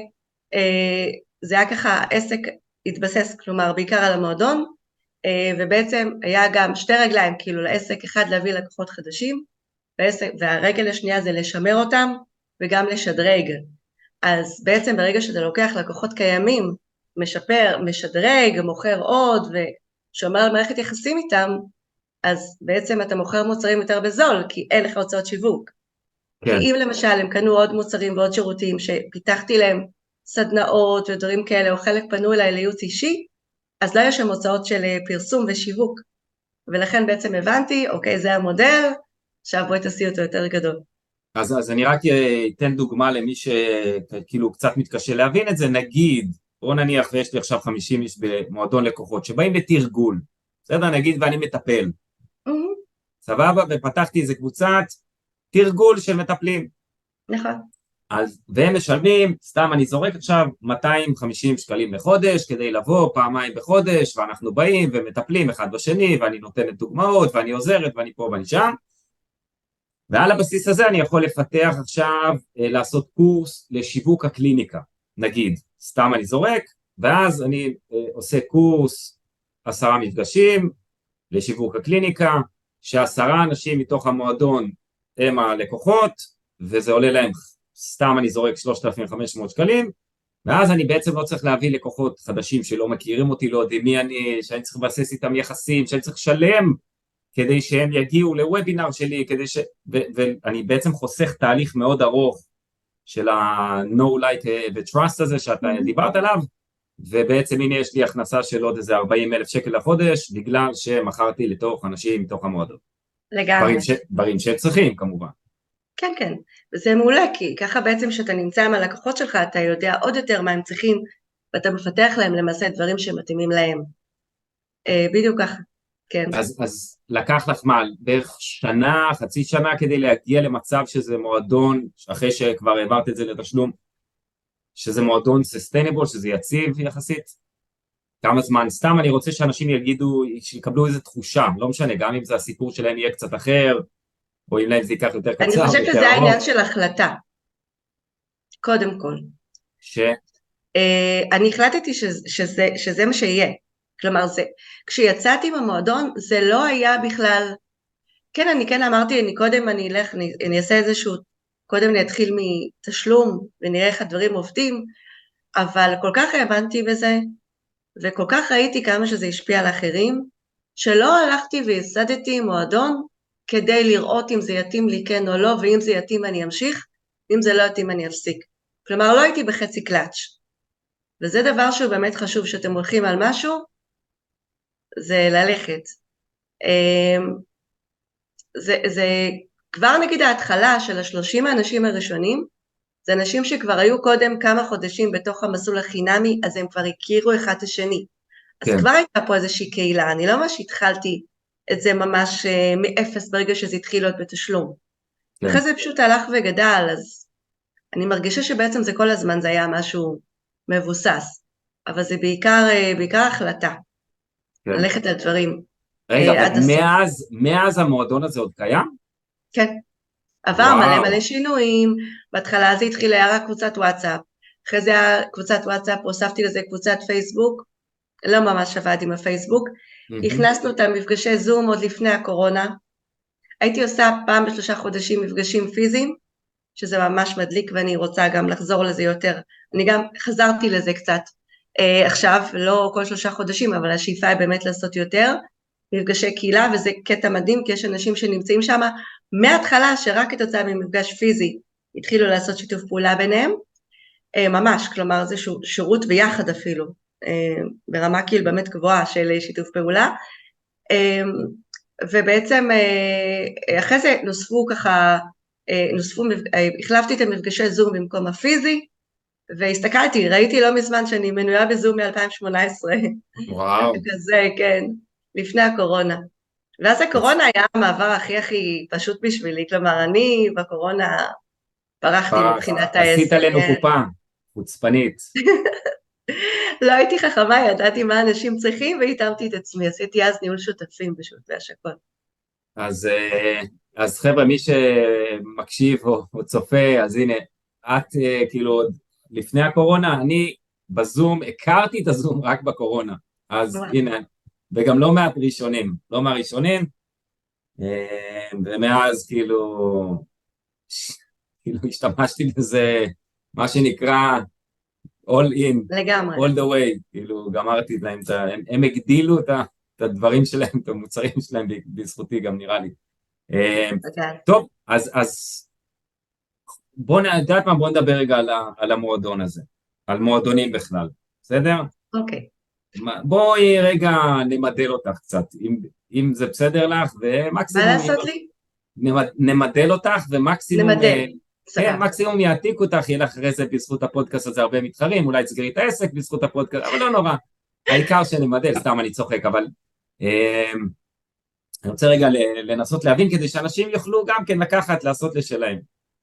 זה היה ככה, עסק התבסס, כלומר, בעיקר על המועדון, ובעצם היה גם שתי רגליים, כאילו לעסק אחד להביא לקוחות חדשים, והרגל השנייה זה לשמר אותם, וגם לשדרג. אז בעצם ברגע שאתה לוקח לקוחות קיימים, משפר, משדרג, מוכר עוד ושומר על מערכת יחסים איתם, אז בעצם אתה מוכר מוצרים יותר בזול, כי אין לך הוצאות שיווק. כן. כי אם למשל הם קנו עוד מוצרים ועוד שירותים שפיתחתי להם סדנאות ודברים כאלה, או חלק פנו אליי לייעוץ אישי, אז לא יש שם הוצאות של פרסום ושיווק. ולכן בעצם הבנתי, אוקיי, זה המודל, עכשיו בואי תעשי אותו יותר גדול. אז, אז אני רק אתן דוגמה למי שכאילו קצת מתקשה להבין את זה, נגיד, בוא נניח ויש לי עכשיו חמישים איש במועדון לקוחות שבאים לתרגול, בסדר, נגיד ואני מטפל, Mm-hmm. סבבה, ופתחתי איזה קבוצת תרגול של מטפלים. נכון. אז, והם משלמים, סתם אני זורק עכשיו מאתיים וחמישים שקלים לחודש, כדי לבוא פעמיים בחודש, ואנחנו באים ומטפלים אחד בשני, ואני נותנת דוגמאות, ואני עוזרת, ואני פה ואני שם, ועל הבסיס הזה אני יכול לפתח עכשיו, לעשות קורס לשיווק הקליניקה, נגיד, סתם אני זורק, ואז אני עושה קורס עשרה מפגשים לשיווק הקליניקה, שעשרה אנשים מתוך המועדון הם הלקוחות, וזה עולה להם, סתם אני זורק שלושת אלפים וחמש מאות שקלים, ואז אני בעצם לא צריך להביא לקוחות חדשים שלא מכירים אותי, לא יודעים מי אני, שאני צריך לבסס איתם יחסים, שאני צריך לשלם, כדי שהם יגיעו לוובינר שלי, כדי ש... ו... ואני בעצם חוסך תהליך מאוד ארוך של ה-No Like ו-Trust הזה שאתה דיברת עליו, ובעצם הנה יש לי הכנסה של עוד איזה ארבעים אלף שקל לחודש, בגלל שמכרתי לתוך אנשים מתוך המועדון. לגמרי. דברים ש... שצריכים כמובן. כן, כן, וזה מעולה, כי ככה בעצם שאתה נמצא עם הלקוחות שלך, אתה יודע עוד יותר מה הם צריכים, ואתה מפתח להם למעשה דברים שמתאימים להם. אה, בדיוק ככה, כן. אז, אז לקח לך מה, בערך שנה, חצי שנה כדי להגיע למצב שזה מועדון, אחרי שכבר העברת את זה לתשלום, שזה מועדון sustainable, שזה יציב יחסית? כמה זמן? סתם אני רוצה שאנשים יגידו, שיקבלו איזו תחושה, לא משנה, גם אם זה הסיפור שלהם יהיה קצת אחר, או אם להם זה ייקח יותר קצר, אני חושבת שזה העניין של החלטה, קודם כל. ש? אני החלטתי שזה, שזה, שזה מה שיהיה. כלומר, זה, כשיצאתי מהמועדון, זה לא היה בכלל, כן, אני כן אמרתי, אני קודם אני אלך, אני, אני אעשה איזשהו, קודם אני אתחיל מתשלום, ונראה איך הדברים עובדים, אבל כל כך האמנתי בזה, וכל כך ראיתי כמה שזה השפיע על אחרים, שלא הלכתי והסדתי מועדון, כדי לראות אם זה יתאים לי כן או לא, ואם זה יתאים אני אמשיך, ואם זה לא יתאים אני אפסיק. כלומר, לא הייתי בחצי קלאץ'. וזה דבר שהוא באמת חשוב, שאתם הולכים על משהו, זה ללכת. זה, זה כבר נגיד ההתחלה של השלושים האנשים הראשונים, זה אנשים שכבר היו קודם כמה חודשים בתוך המסלול החינמי, אז הם כבר הכירו אחד את השני. אז כן. כבר הייתה פה איזושהי קהילה, אני לא ממש התחלתי את זה ממש uh, מאפס ברגע שזה התחיל להיות בתשלום. כן. אחרי זה פשוט הלך וגדל, אז אני מרגישה שבעצם זה כל הזמן זה היה משהו מבוסס, אבל זה בעיקר, uh, בעיקר החלטה, כן. ללכת על דברים. רגע, uh, מאז, מאז המועדון הזה עוד קיים? כן. עבר וואו. מלא מלא שינויים, בהתחלה זה התחיל היה רק קבוצת וואטסאפ, אחרי זה היה קבוצת וואטסאפ, הוספתי לזה קבוצת פייסבוק, לא ממש עבד עם הפייסבוק, mm-hmm. הכנסנו את המפגשי זום עוד לפני הקורונה, הייתי עושה פעם בשלושה חודשים מפגשים פיזיים, שזה ממש מדליק ואני רוצה גם לחזור לזה יותר, אני גם חזרתי לזה קצת אה, עכשיו, לא כל שלושה חודשים, אבל השאיפה היא באמת לעשות יותר, מפגשי קהילה, וזה קטע מדהים, כי יש אנשים שנמצאים שם, מההתחלה שרק כתוצאה ממפגש פיזי, התחילו לעשות שיתוף פעולה ביניהם, ממש, כלומר זה שירות ביחד אפילו, ברמה כאילו באמת גבוהה של שיתוף פעולה, ובעצם אחרי זה נוספו ככה, נוספו, החלפתי את המפגשי זום במקום הפיזי, והסתכלתי, ראיתי לא מזמן שאני מנויה בזום מ-אלפיים שמונה עשרה, וואו. כזה, כן. לפני הקורונה. ואז הקורונה היה המעבר הכי הכי פשוט בשבילי, כלומר אני בקורונה פרחתי מבחינת העסק. עשית עלינו קופה, חוצפנית. לא הייתי חכמה, ידעתי מה אנשים צריכים והתאמתי את עצמי, עשיתי אז ניהול שותפים פשוט והשקות. אז, אז חבר'ה, מי שמקשיב או, או צופה, אז הנה, את כאילו לפני הקורונה, אני בזום, הכרתי את הזום רק בקורונה, אז וואו. הנה, וגם לא מעט ראשונים, לא מהראשונים, ומאז כאילו, כאילו השתמשתי בזה, מה שנקרא, all in, לגמרי. all the way, כאילו גמרתי להם, את ה- הם, הם הגדילו את ה- את הדברים שלהם, את המוצרים שלהם בזכותי גם נראה לי. אה, אוקיי. טוב, אז, אז בוא נדעת מה, בוא נדבר רגע על, ה, על המועדון הזה, על מועדונים בכלל, בסדר? אוקיי. מה- בואי רגע נמדל אותך קצת, אם, אם זה בסדר לך, מה ומקסימום אם לעשות לא, לי? נמד- נמדל אותך, ומקסימום, אה, נמדל. כן, סבבה. מקסימום יעתיק אותך, יהיה לך אחרי זה בזכות הפודקאסט הזה הרבה מתחרים, אולי תסגרי את העסק בזכות הפודקאסט, אבל לא נורא, העיקר שנמדל, סתם אני צוחק, אבל אה, אני רוצה רגע ל- לנסות להבין, כדי שאנשים יוכלו גם כן לקחת, לעשות לשלהם.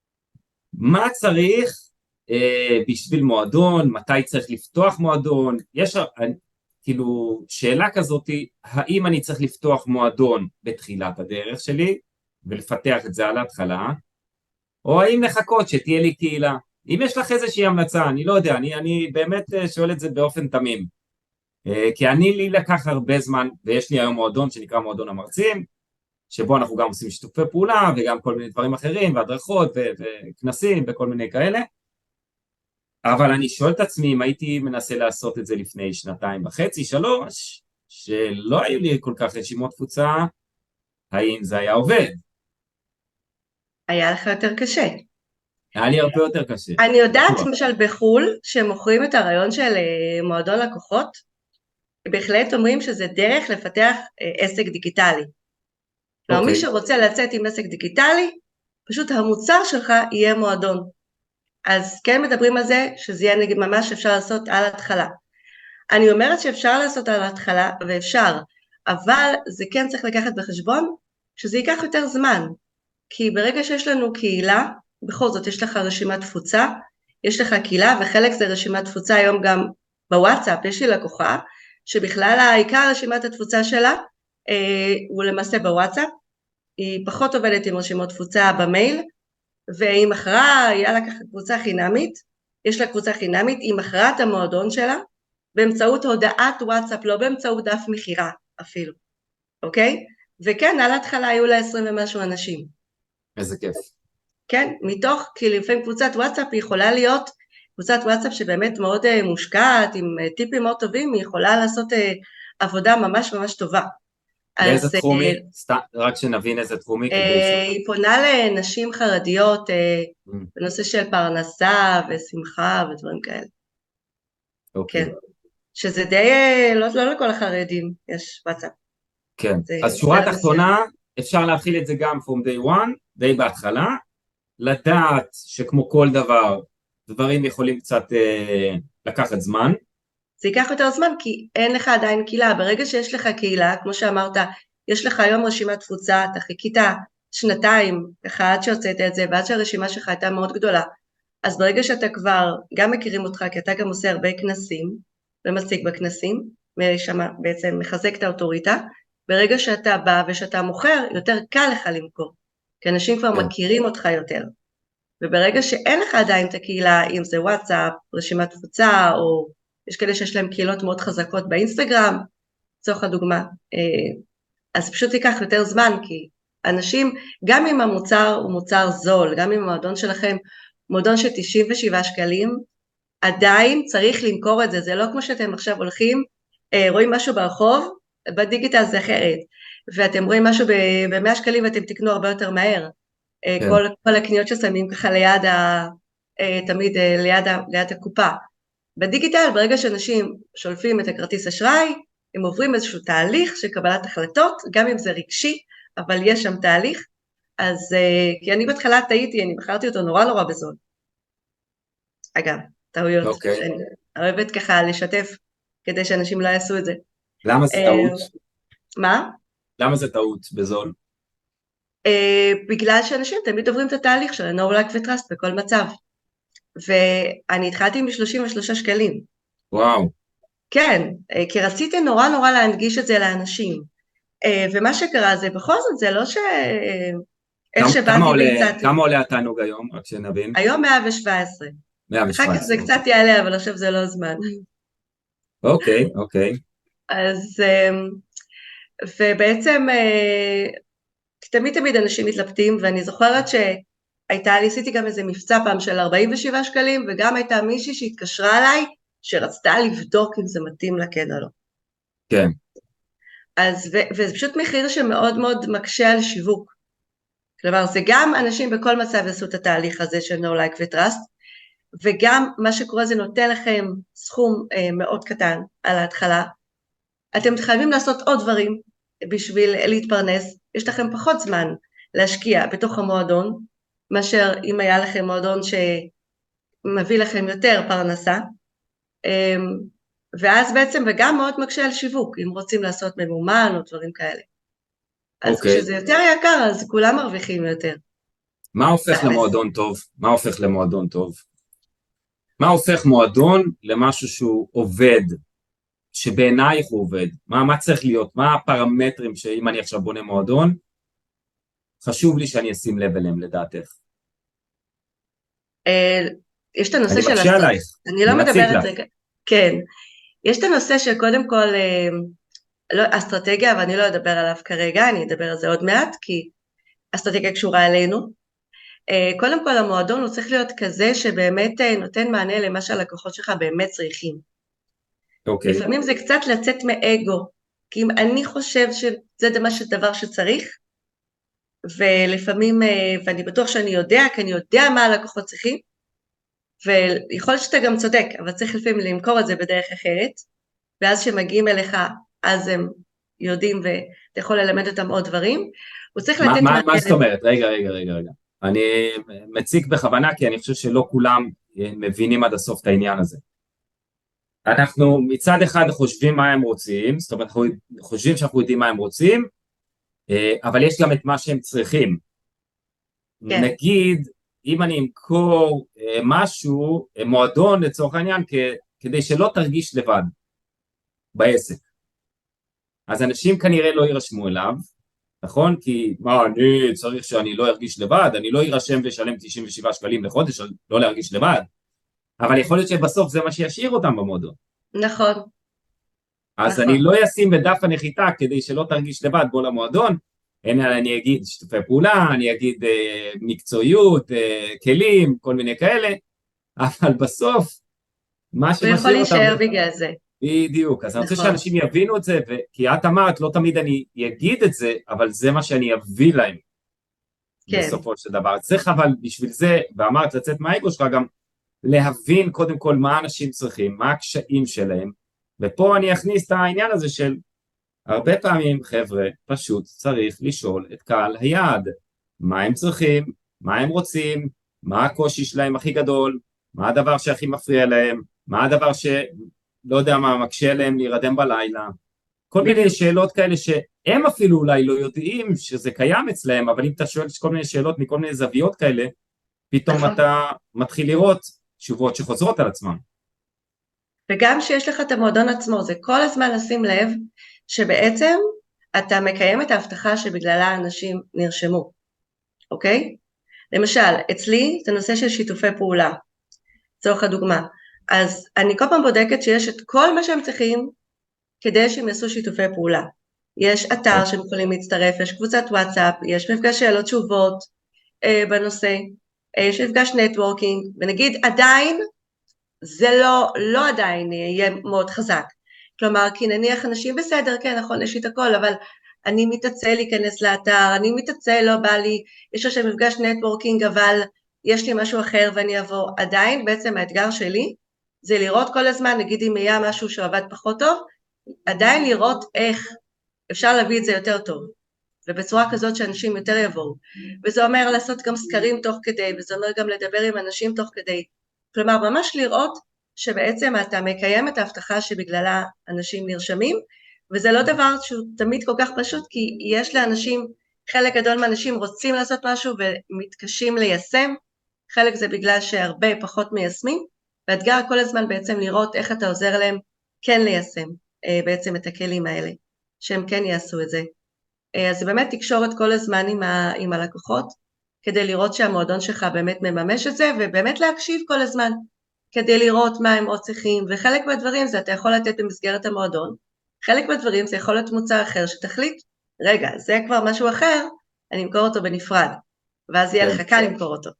מה צריך אה, בשביל מועדון, מתי צריך לפתוח מועדון, יש אה, כאילו שאלה כזאת, האם אני צריך לפתוח מועדון בתחילת הדרך שלי, ולפתח את זה על ההתחלה, או האם לחכות שתהיה לי קהילה, אם יש לך איזושהי המלצה, אני לא יודע, אני, אני באמת אה, שואל את זה באופן תמים, אה, כי אני לי לקח הרבה זמן, ויש לי היום מועדון שנקרא מועדון המרצים, שבו אנחנו גם עושים שיתופי פעולה, וגם כל מיני דברים אחרים, והדרכות, ו- וכנסים, וכל מיני כאלה, אבל אני שואל את עצמי אם הייתי מנסה לעשות את זה לפני שנתיים וחצי, שלוש, שלא היו לי כל כך רשימות תפוצה, האם זה היה עובד? היה לך יותר קשה. היה לי הרבה יותר קשה, אני יודעת, בטוח. למשל בחו"ל, שמוכרים את הרעיון של אה, מועדון לקוחות, בהחלט אומרים שזה דרך לפתח אה, עסק דיגיטלי. כלומר, מי אוקיי, שרוצה לצאת עם עסק דיגיטלי, פשוט המוצר שלך יהיה מועדון. אז כן מדברים על זה, שזה יהיה נגיד ממש אפשר לעשות על ההתחלה. אני אומרת שאפשר לעשות על ההתחלה, ואפשר, אבל זה כן צריך לקחת בחשבון, שזה ייקח יותר זמן. כי ברגע שיש לנו קהילה, בכל זאת יש לך רשימת תפוצה, יש לך קהילה, וחלק זה רשימת תפוצה היום גם בוואטסאפ, יש לי לקוחה, שבכלל העיקר רשימת התפוצה שלה, אה, הוא למעשה בוואטסאפ, היא פחות עובדת עם רשימות תפוצה במייל, והיא מכרה, היה לה ככה קבוצה חינמית, יש לה קבוצה חינמית, היא מכרה את המועדון שלה, באמצעות הודעת וואטסאפ, לא באמצעות דף מכירה אפילו, אוקיי? וכן, על ההתחלה היו לה עשרים ומשהו אנשים. איזה כיף. כן, מתוך, כי לפעמים קבוצת וואטסאפ היא יכולה להיות, קבוצת וואטסאפ שבאמת מאוד uh, מושקעת, עם uh, טיפים מאוד טובים, היא יכולה לעשות uh, עבודה ממש ממש טובה. באיזה אז תחום uh, היא? סתם, רק שנבין איזה תחום היא, כדי ש... uh, היא פונה לנשים חרדיות uh, Mm, בנושא של פרנסה ושמחה ודברים כאלה. כן, אוקיי, שזה די, uh, לא, לא לכל החרדים יש וואטסאפ. כן. זה אז שורה סרט מסוים. תחתונה, אפשר להתחיל את זה גם from day one, די בהתחלה, לדעת שכמו כל דבר, דברים יכולים קצת אה, לקחת זמן. זה ייקח יותר זמן כי אין לך עדיין קהילה, ברגע שיש לך קהילה, כמו שאמרת, יש לך היום רשימת תפוצה, אתה חיכית שנתיים, ככה עד שהוצאת את זה, ועד שהרשימה שלך הייתה מאוד גדולה, אז ברגע שאתה כבר, גם מכירים אותך, כי אתה גם עושה הרבה כנסים, ומציג בכנסים, ושם בעצם מחזק את האוטוריטה, ברגע שאתה בא ושאתה מוכר, יותר קל לך למכור, כי אנשים כבר כן. מכירים אותך יותר, וברגע שאין לך עדיין את הקהילה, אם זה וואטסאפ, רשימת תפוצה, או יש כאלה שיש להם קהילות מאוד חזקות באינסטגרם, לצורך הדוגמה, אז פשוט ייקח יותר זמן, כי אנשים, גם אם המוצר הוא מוצר זול, גם אם המועדון שלכם מועדון של תשעים ושבעה שקלים, עדיין צריך למכור את זה, זה לא כמו שאתם עכשיו הולכים, רואים משהו ברחוב, בדיגיטל זה אחרת, ואתם רואים משהו ב-מאה שקלים ואתם תקנו הרבה יותר מהר, כן. כל, כל הקניות ששמים ככה ליד, ה, תמיד ליד, ה, ליד הקופה. בדיגיטל, ברגע שאנשים שולפים את הכרטיס אשראי, הם עוברים איזשהו תהליך של קבלת החלטות, גם אם זה רגשי, אבל יש שם תהליך, אז כי אני בהתחלה טעיתי, אני בחרתי אותו נורא נורא בזול. אגב, טעויות, אוקיי. שאני אוהבת ככה לשתף, כדי שאנשים לא יעשו את זה. למה זה טעות? מה? למה זה טעות בזול? בגלל שאנשים תמיד עוברים את התהליך של no like ו-trust בכל מצב. ואני התחלתי מ-שלושים ושלושה שקלים. וואו. כן, כי רציתי נורא נורא להנגיש את זה לאנשים. ומה שקרה זה, בכל זאת זה לא ש... איך שבאתי והצעתי. כמה עולה התענוג היום, רק שנבין? היום מאה ושבע עשרה. מאה ושבע עשרה. אחר כך זה קצת יעלה, אבל עכשיו זה לא זמן. אוקיי, אוקיי. אז, ובעצם, תמיד תמיד אנשים מתלבטים, ואני זוכרת הייתה לי, עשיתי גם איזה מבצע פעם של ארבעים ושבעה שקלים, וגם הייתה מישהי שהתקשרה אליי, שרצתה לבדוק אם זה מתאים לה כן או לא. כן. אז, ו- וזה פשוט מחיר שמאוד מאוד מקשה על שיווק. כלומר, זה גם אנשים בכל מצב יעשו את התהליך הזה של No Like ו-Trust, וגם מה שקורה זה נותן לכם סכום אה, מאוד קטן על ההתחלה. אתם חייבים לעשות עוד דברים בשביל להתפרנס, יש לכם פחות זמן להשקיע בתוך המועדון, מאשר אם היה לכם מועדון שמביא לכם יותר פרנסה, ואז בעצם, וגם מאוד מקשה על שיווק, אם רוצים לעשות ממומן או דברים כאלה. אז אוקיי. כשזה יותר יקר, אז כולם מרוויחים יותר. מה הופך למועדון טוב? מה הופך למועדון טוב? מה הופך מועדון למשהו שהוא עובד, שבעינייך הוא עובד? מה, מה צריך להיות? מה הפרמטרים שאם אני עכשיו בונה מועדון, חשוב לי שאני אשים לב אליהם לדעתך? יש את הנושא של... אני מקשה עלייך. אני לא מדברת רגע. כן. יש את הנושא של קודם כל לא, אסטרטגיה, אבל אני לא אדבר עליו כרגע, אני אדבר על זה עוד מעט, כי אסטרטגיה קשורה אלינו. קודם כל המועדון הוא צריך להיות כזה שבאמת נותן מענה למה שהלקוחות שלך באמת צריכים. אוקיי. לפעמים זה קצת לצאת מאגו, כי אם אני חושב שזה דבר שצריך, ולפעמים, ואני בטוח שאני יודע, כי אני יודע מה הלקוחות צריכים, ויכול להיות שאתה גם צודק, אבל צריך לפעמים למכור את זה בדרך אחרת, ואז שמגיעים אליך, אז הם יודעים, ואתה יכול ללמד אותם עוד דברים. הוא צריך לתת... מה, מה זאת אומרת? רגע, רגע, רגע, רגע. אני מציג בכוונה, כי אני חושב שלא כולם מבינים עד הסוף את העניין הזה. אנחנו מצד אחד חושבים מה הם רוצים, זאת אומרת, אנחנו חושבים שאנחנו יודעים מה הם רוצים, אבל יש גם את מה שהם צריכים. כן. נגיד, אם אני אמכור משהו, מועדון לצורך העניין, כדי שלא תרגיש לבד בעסק. אז אנשים כנראה לא יירשמו אליו, נכון? כי מה, אני צריך שאני לא ארגיש לבד, אני לא יירשם ושלם תשעים ושבעה שקלים לחודש, לא להרגיש לבד, אבל יכול להיות שבסוף זה מה שישאיר אותם במועדון. נכון. אז נכון. אני לא אשים בדף הנחיתה כדי שלא תרגיש לבד בוא למועדון, הנה אני אגיד שיתופי פעולה, אני אגיד אה, מקצועיות, אה, כלים, כל מיני כאלה, אבל בסוף, מה שמשאיר אותם... הוא יכול להישאר בגלל זה. בדיוק, אז אני רוצה שאנשים יבינו את זה, כי את אמרת, לא תמיד אני אגיד את זה, אבל זה מה שאני אביא להם, בסופו של דבר. צריך אבל בשביל זה, ואמרת לצאת מהאגו שלך גם, להבין קודם כל מה אנשים צריכים, מה הקשיים שלהם, ופה אני אכניס את העניין הזה של, הרבה פעמים חבר'ה פשוט צריך לשאול את קהל היעד, מה הם צריכים, מה הם רוצים, מה הקושי שלהם הכי גדול, מה הדבר שהכי מפריע להם, מה הדבר ש... לא יודע מה, מקשה להם להירדם בלילה, כל מיני שאלות כאלה שהם אפילו אולי לא יודעים שזה קיים אצלהם, אבל אם אתה שואל כל מיני שאלות מכל מיני זוויות כאלה, פתאום אתה מתחיל לראות תשובות שחוזרות על עצמם. וגם שיש לך את המועדון עצמו, זה כל הזמן לשים לב שבעצם אתה מקיים את ההבטחה שבגללה אנשים נרשמו, אוקיי? למשל, אצלי זה נושא של שיתופי פעולה, צורך הדוגמה, אז אני כל פעם בודקת שיש את כל מה שהם צריכים כדי שהם יעשו שיתופי פעולה. יש אתר שהם יכולים להצטרף, יש קבוצת וואטסאפ, יש מפגש שאלות תשובות אה, בנושא, אה, יש מפגש נטוורקינג, ונגיד עדיין, זה לא, לא עדיין יהיה מאוד חזק. כלומר, כי נניח אנשים בסדר, כן, נכון, יש לי את הכל, אבל אני מתעצל להיכנס לאתר, אני מתעצל, לא בא לי, יש עכשיו מפגש נטוורקינג, אבל יש לי משהו אחר ואני אעבור. עדיין, בעצם האתגר שלי, זה לראות כל הזמן, נגיד אם היה משהו שעבד פחות טוב, עדיין לראות איך אפשר להביא את זה יותר טוב, ובצורה כזאת שאנשים יותר יבואו. וזה אומר לעשות גם סקרים תוך כדי, וזה אומר גם לדבר עם אנשים תוך כדי. כלומר, ממש לראות שבעצם אתה מקיים את ההבטחה שבגללה אנשים נרשמים, וזה לא דבר שהוא תמיד כל כך פשוט, כי יש לאנשים, חלק גדול מהאנשים רוצים לעשות משהו ומתקשים ליישם, חלק זה בגלל שהרבה פחות מיישמים, והאתגר כל הזמן בעצם לראות איך אתה עוזר להם כן ליישם בעצם את הכלים האלה, שהם כן יעשו את זה. אז זה באמת תקשורת כל הזמן עם, ה, עם הלקוחות, כדי לראות שהמועדון שלך באמת מממש את זה, ובאמת להקשיב כל הזמן, כדי לראות מה הם עוד צריכים, וחלק מהדברים זה אתה יכול לתת במסגרת המועדון, חלק מהדברים זה יכול להיות מוצר אחר שתחליט, רגע, זה כבר משהו אחר, אני אמכור אותו בנפרד, ואז יהיה לך קל למכור אותו.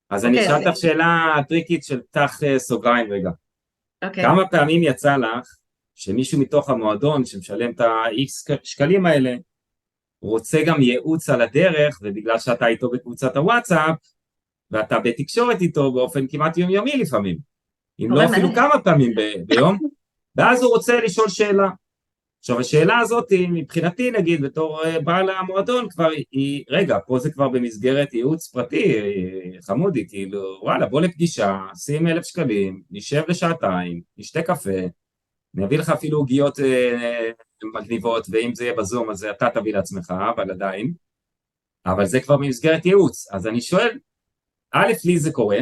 אז אני אוקיי, אשאל אז... אותך שאלה טריקית של פתח אה, סוגריים רגע. אוקיי. כמה פעמים יצא לך שמישהו מתוך המועדון שמשלם את ה-X שקלים האלה, רוצה גם ייעוץ על הדרך, ובגלל שאתה איתו בקבוצת הוואטסאפ, ואתה בתקשורת איתו באופן כמעט יומיומי לפעמים, אם לא קורה מלא. אפילו כמה פעמים ב- ביום, ואז הוא רוצה לשאול שאלה. עכשיו השאלה הזאת מבחינתי נגיד בתור אה, בעל המועדון כבר היא, רגע פה זה כבר במסגרת ייעוץ פרטי אה, חמודי, כאילו וואלה בוא לפגישה, שים אלף שקלים, נשב לשעתיים, נשתה קפה, אני אביא לך אפילו עוגיות אה, מגניבות, ואם זה יהיה בזום אז אתה תביא לעצמך, אבל עדיין, אבל זה כבר במסגרת ייעוץ, אז אני שואל, א' לי זה קורה,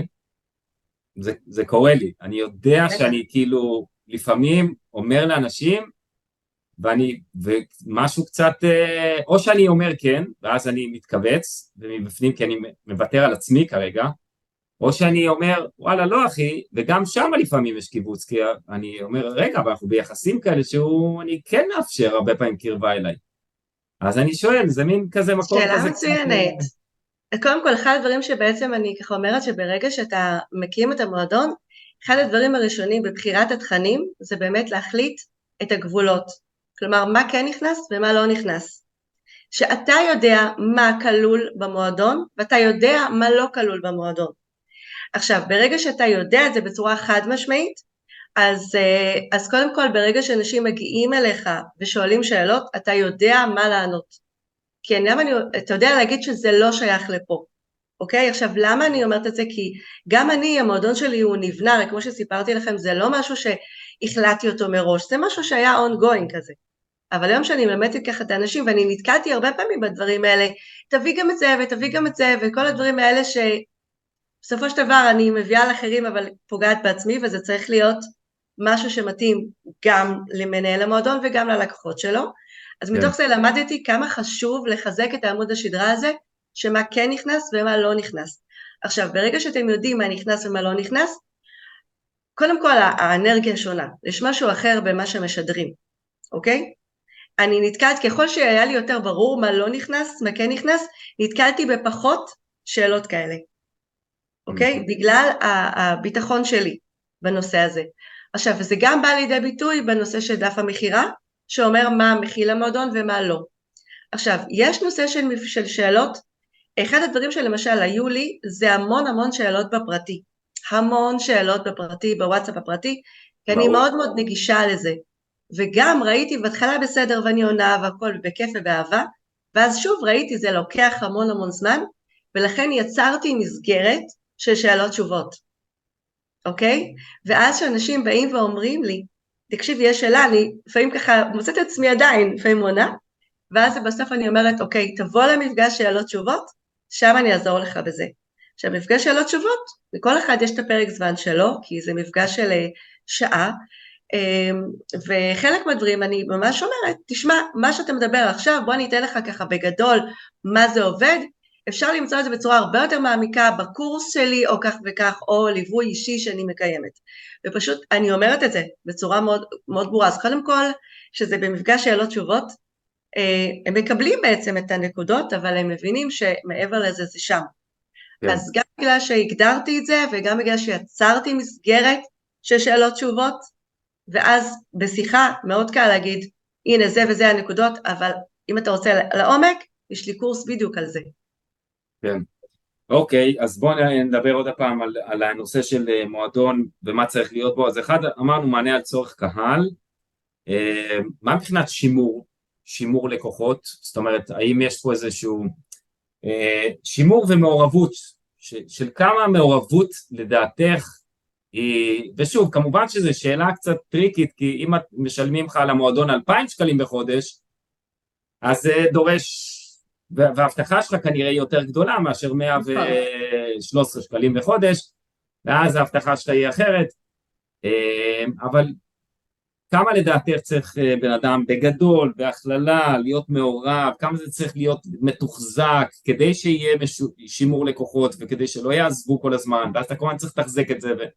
זה, זה קורה לי, אני יודע בטח. שאני כאילו לפעמים אומר לאנשים, ואני, ומשהו קצת, אה, או שאני אומר כן, ואז אני מתכווץ, ומבפנים כי אני מוותר על עצמי כרגע, או שאני אומר, וואלה לא אחי, וגם שם לפעמים יש קיבוץ, כי אני אומר, רגע, אבל אנחנו ביחסים כאלה שהוא, אני כן מאפשר הרבה פעמים קרבה אליי. אז אני שואל, זה מין כזה מקום שאלה כזה קצת... מצוינת. קודם כל, אחד הדברים שבעצם אני ככה אומרת שברגע שאתה מקים את המועדון, אחד הדברים הראשונים בבחירת התכנים זה באמת להחליט את הגבולות. כלומר, מה כן נכנס ומה לא נכנס. שאתה יודע מה כלול במועדון, ואתה יודע מה לא כלול במועדון. עכשיו, ברגע שאתה יודע את זה בצורה חד משמעית, אז, אז קודם כל, ברגע שאנשים מגיעים אליך ושואלים שאלות, אתה יודע מה לענות. כי אני, אני, אתה יודע להגיד שזה לא שייך לפה. אוקיי? עכשיו, למה אני אומרת את זה? כי גם אני, המועדון שלי הוא נבנה, כמו שסיפרתי לכם, זה לא משהו שהחלטתי אותו מראש, זה משהו שהיה ongoing כזה. אבל היום שאני מלמדת ככה את האנשים, ואני נתקלתי הרבה פעמים בדברים האלה, תביא גם את זה ותביא גם את זה, וכל הדברים האלה שבסופו של דבר אני מביאה לאחרים, אבל פוגעת בעצמי, וזה צריך להיות משהו שמתאים גם למנהל המועדון וגם ללקוחות שלו. אז כן, מתוך זה למדתי כמה חשוב לחזק את העמוד השדרה הזה, שמה כן נכנס ומה לא נכנס. עכשיו, ברגע שאתם יודעים מה נכנס ומה לא נכנס, קודם כל האנרגיה שונה, יש משהו אחר במה שמשדרים, אוקיי? אני נתקלת, ככל שהיה לי יותר ברור מה לא נכנס, מה כן נכנס, נתקלתי בפחות שאלות כאלה, אוקיי? בגלל הביטחון שלי בנושא הזה. עכשיו, וזה גם בא לידי ביטוי בנושא של דף המחירה, שאומר מה מכיל המועדון ומה לא. עכשיו, יש נושא של, של שאלות, אחד הדברים שלמשל היו לי, זה המון המון שאלות בפרטי, המון שאלות בפרטי, בוואטסאפ הפרטי, כי אני ברור. מאוד מאוד נגישה לזה, וגם ראיתי בהתחלה בסדר ואני עונה והכל בכיף ובאהבה, ואז שוב ראיתי זה לוקח המון המון זמן, ולכן יצרתי מסגרת של שאלות תשובות, אוקיי? ואז שאנשים באים ואומרים לי, תקשיב, יש שאלה, אני לפעמים ככה מוצאת את עצמי עדיין, לפעמים עונה, ואז בסוף אני אומרת, אוקיי, תבוא למפגש שאלות תשובות, שם אני אעזור לך בזה. עכשיו, מפגש שאלות תשובות, לכל אחד יש את הפרק זמן שלו, כי זה מפגש של שעה, וחלק מהדברים אני ממש אומרת, תשמע, מה שאתה מדבר עכשיו, בוא אני אתן לך ככה בגדול מה זה עובד, אפשר למצוא את זה בצורה הרבה יותר מעמיקה בקורס שלי, או כך וכך, או ליווי אישי שאני מקיימת. ופשוט אני אומרת את זה בצורה מאוד, מאוד ברורה. אז קודם כל, שזה במפגש שאלות תשובות, הם מקבלים בעצם את הנקודות, אבל הם מבינים שמעבר לזה זה שם. כן. אז גם בגלל שהגדרתי את זה, וגם בגלל שיצרתי מסגרת של שאלות תשובות, ואז בשיחה מאוד קל להגיד, הנה זה וזה הנקודות, אבל אם אתה רוצה לעומק, יש לי קורס בדיוק על זה. כן. אוקיי, אז בואו נדבר עוד הפעם על, על הנושא של מועדון ומה צריך להיות בו. אז אחד, אמרנו מענה על צורך קהל, אה, מה מבחינת שימור, שימור לקוחות? זאת אומרת, האם יש פה איזשהו אה, שימור ומעורבות, ש, של כמה מעורבות לדעתך, היא, ושוב, כמובן שזו שאלה קצת טריקית, כי אם את משלמים לך על המועדון אלפיים שקלים בחודש, אז זה דורש, וההבטחה שלך כנראה היא יותר גדולה מאשר מאה ושלושה עשר שקלים בחודש, ואז ההבטחה שלך היא אחרת, אבל כמה לדעתך צריך בן אדם בגדול, בהכללה, להיות מעורב, כמה זה צריך להיות מתוחזק, כדי שיהיה שימור לקוחות, וכדי שלא יעזבו כל הזמן, ואז אתה כמובן צריך לתחזק את זה. ו...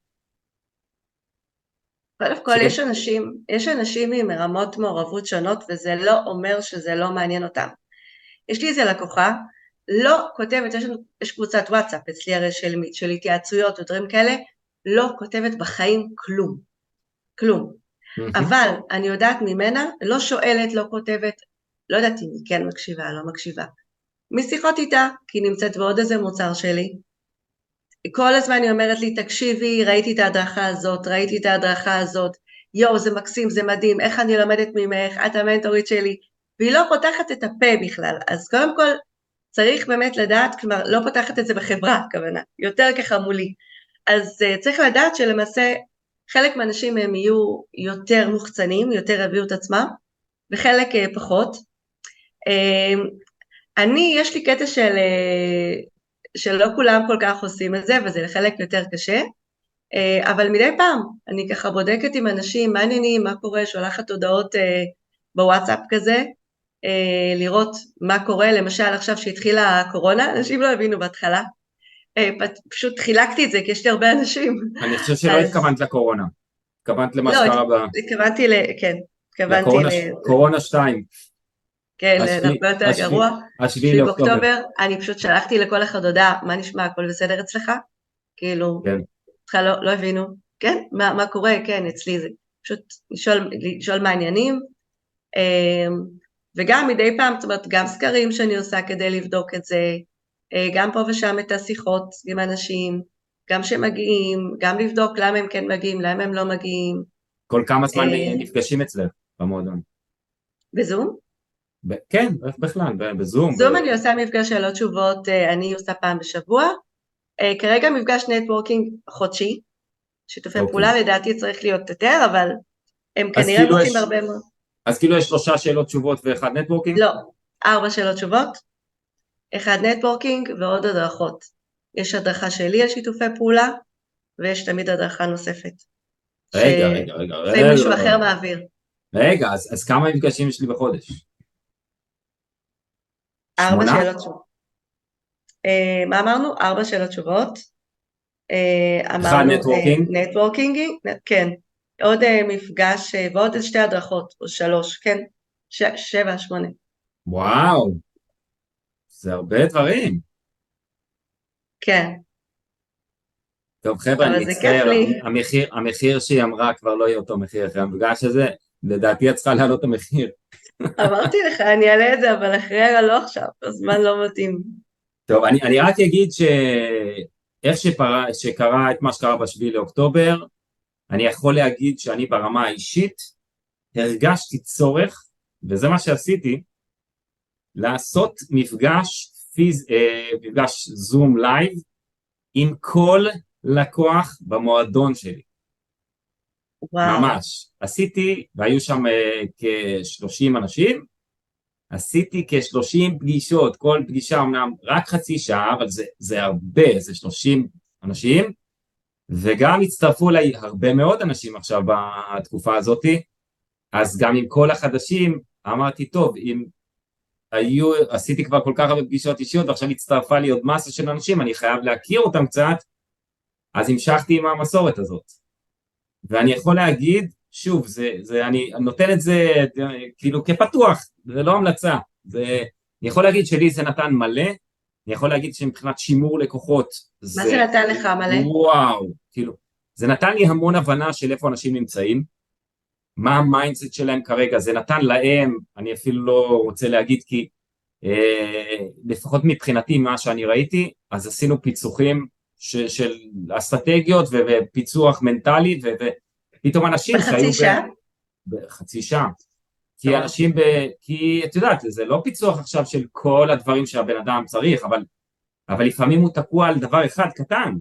קודם כל, יש אנשים, יש אנשים עם רמות מעורבות שונות, וזה לא אומר שזה לא מעניין אותם. יש לי איזה לקוחה, לא כותבת, יש, יש קבוצת וואטסאפ אצלי הרי של, של התייעצויות ודברים כאלה, לא כותבת בחיים כלום, כלום. אבל אני יודעת ממנה, לא שואלת, לא כותבת, לא יודעת אם היא כן מקשיבה, לא מקשיבה. משיחות איתה, כי היא נמצאת בעוד איזה מוצר שלי, כל הזמן היא אומרת לי, תקשיבי, ראיתי את ההדרכה הזאת, ראיתי את ההדרכה הזאת, יואו, זה מקסים, זה מדהים, איך אני לומדת ממך, את המנטורית שלי, והיא לא פותחת את הפה בכלל. אז קודם כל, צריך באמת לדעת, כלומר, לא פותחת את זה בחברה, כוונה, יותר ככה מולי. אז uh, צריך לדעת שלמעשה, חלק מהאנשים הם יהיו יותר מוחצנים, יותר הביאו את עצמם, וחלק uh, פחות. Uh, אני, יש לי קטע של... Uh, שלא כולם כל כך עושים את זה, וזה לחלק יותר קשה, אבל מדי פעם, אני ככה בודקת עם אנשים, מה העניינים, מה קורה, שולחת הודעות בוואטסאפ כזה, לראות מה קורה, למשל עכשיו שהתחילה הקורונה, אנשים לא הבינו בהתחלה, פשוט חילקתי את זה, כי יש לי הרבה אנשים. אני חושב שלא התכוונת לקורונה, התכוונת למה שקרה ב... לא, התכוונתי ל... כן, התכוונתי ל... לקורונה שתיים. כן, הרבה יותר גרוע, השביעי לאוקטובר. אני פשוט שלחתי לכל אחד הודעה, מה נשמע, הכל בסדר אצלך? כאילו, אצלך לא, לא הבינו, כן, מה, מה קורה, כן, אצלי זה, פשוט לשאול, לשאול מה העניינים, וגם מדי פעם, זאת אומרת, גם סקרים שאני עושה כדי לבדוק את זה, גם פה ושם את השיחות עם אנשים, גם שמגיעים, גם לבדוק למה הם כן מגיעים, למה הם לא מגיעים. כל כמה זמן נפגשים אצלך במועדון? בזום? כן, בכלל, בזום. זום אני עושה מפגש שאלות תשובות, אני עושה פעם בשבוע, כרגע מפגש נטוורקינג חודשי, שיתופי פעולה לדעתי צריך להיות יותר, אבל הם כנראה רוצים הרבה מאוד. אז כאילו יש שלושה שאלות תשובות ואחד נטוורקינג? לא, ארבע שאלות תשובות, אחד נטוורקינג ועוד הדרכות. יש הדרכה שלי על שיתופי פעולה, ויש תמיד הדרכה נוספת. רגע, רגע, רגע. ומישהו אחר מעביר. רגע, אז כמה מפגשים יש לי בחודש? ארבע שאלות תשובות. מה אמרנו? ארבע שאלות תשובות. אחד נטוורקינג? נטוורקינג, כן. עוד מפגש, ועוד שתי הדרכות, או שלוש, כן. שבע, שמונה. וואו. זה הרבה דברים. כן. טוב חבר'ה, אני מצטער, המחיר, המחיר שהיא אמרה כבר לא יהיה אותו מחיר אחרי המפגש הזה, לדעתי את צריכה להעלות את המחיר. אמרתי לך, אני אעלה את זה, אבל אחרי לא עכשיו, הזמן לא מתאים. טוב, אני, אני רק אגיד שאיך שפרה, שקרה את מה שקרה בשביעי לאוקטובר, אני יכול להגיד שאני ברמה האישית הרגשתי צורך, וזה מה שעשיתי, לעשות מפגש, פיז, אה, מפגש זום לייב, עם כל לקוח במועדון שלי. וואו. ממש. עשיתי, והיו שם uh, כ-שלושים אנשים, עשיתי כ-שלושים פגישות, כל פגישה אמנם רק חצי שעה, אבל זה, זה הרבה, זה שלושים אנשים, וגם הצטרפו אליי הרבה מאוד אנשים עכשיו בתקופה הזאת, אז גם עם כל החדשים אמרתי, טוב, אם היו, עשיתי כבר כל כך הרבה פגישות אישיות, ועכשיו הצטרפה לי עוד מסה של אנשים, אני חייב להכיר אותם קצת, אז המשכתי עם המסורת הזאת. ואני יכול להגיד, שוב, זה, זה, אני נותן את זה כאילו כפתוח, זה לא המלצה, זה, אני יכול להגיד שלי זה נתן מלא, אני יכול להגיד שמבחינת שימור לקוחות, מה זה, זה נתן לך מלא? וואו, כאילו, זה נתן לי המון הבנה של איפה אנשים נמצאים, מה המיינדסט שלהם כרגע, זה נתן להם, אני אפילו לא רוצה להגיד כי, אה, לפחות מבחינתי מה שאני ראיתי, אז עשינו פיצוחים, של, של אסטרטגיות ופיצוח מנטלי, ופתאום אנשים בחצי שעה? בחצי שעה. כי אנשים, ב, כי את יודעת, זה לא פיצוח עכשיו של כל הדברים שהבן אדם צריך, אבל, אבל לפעמים הוא תקוע על דבר אחד קטן,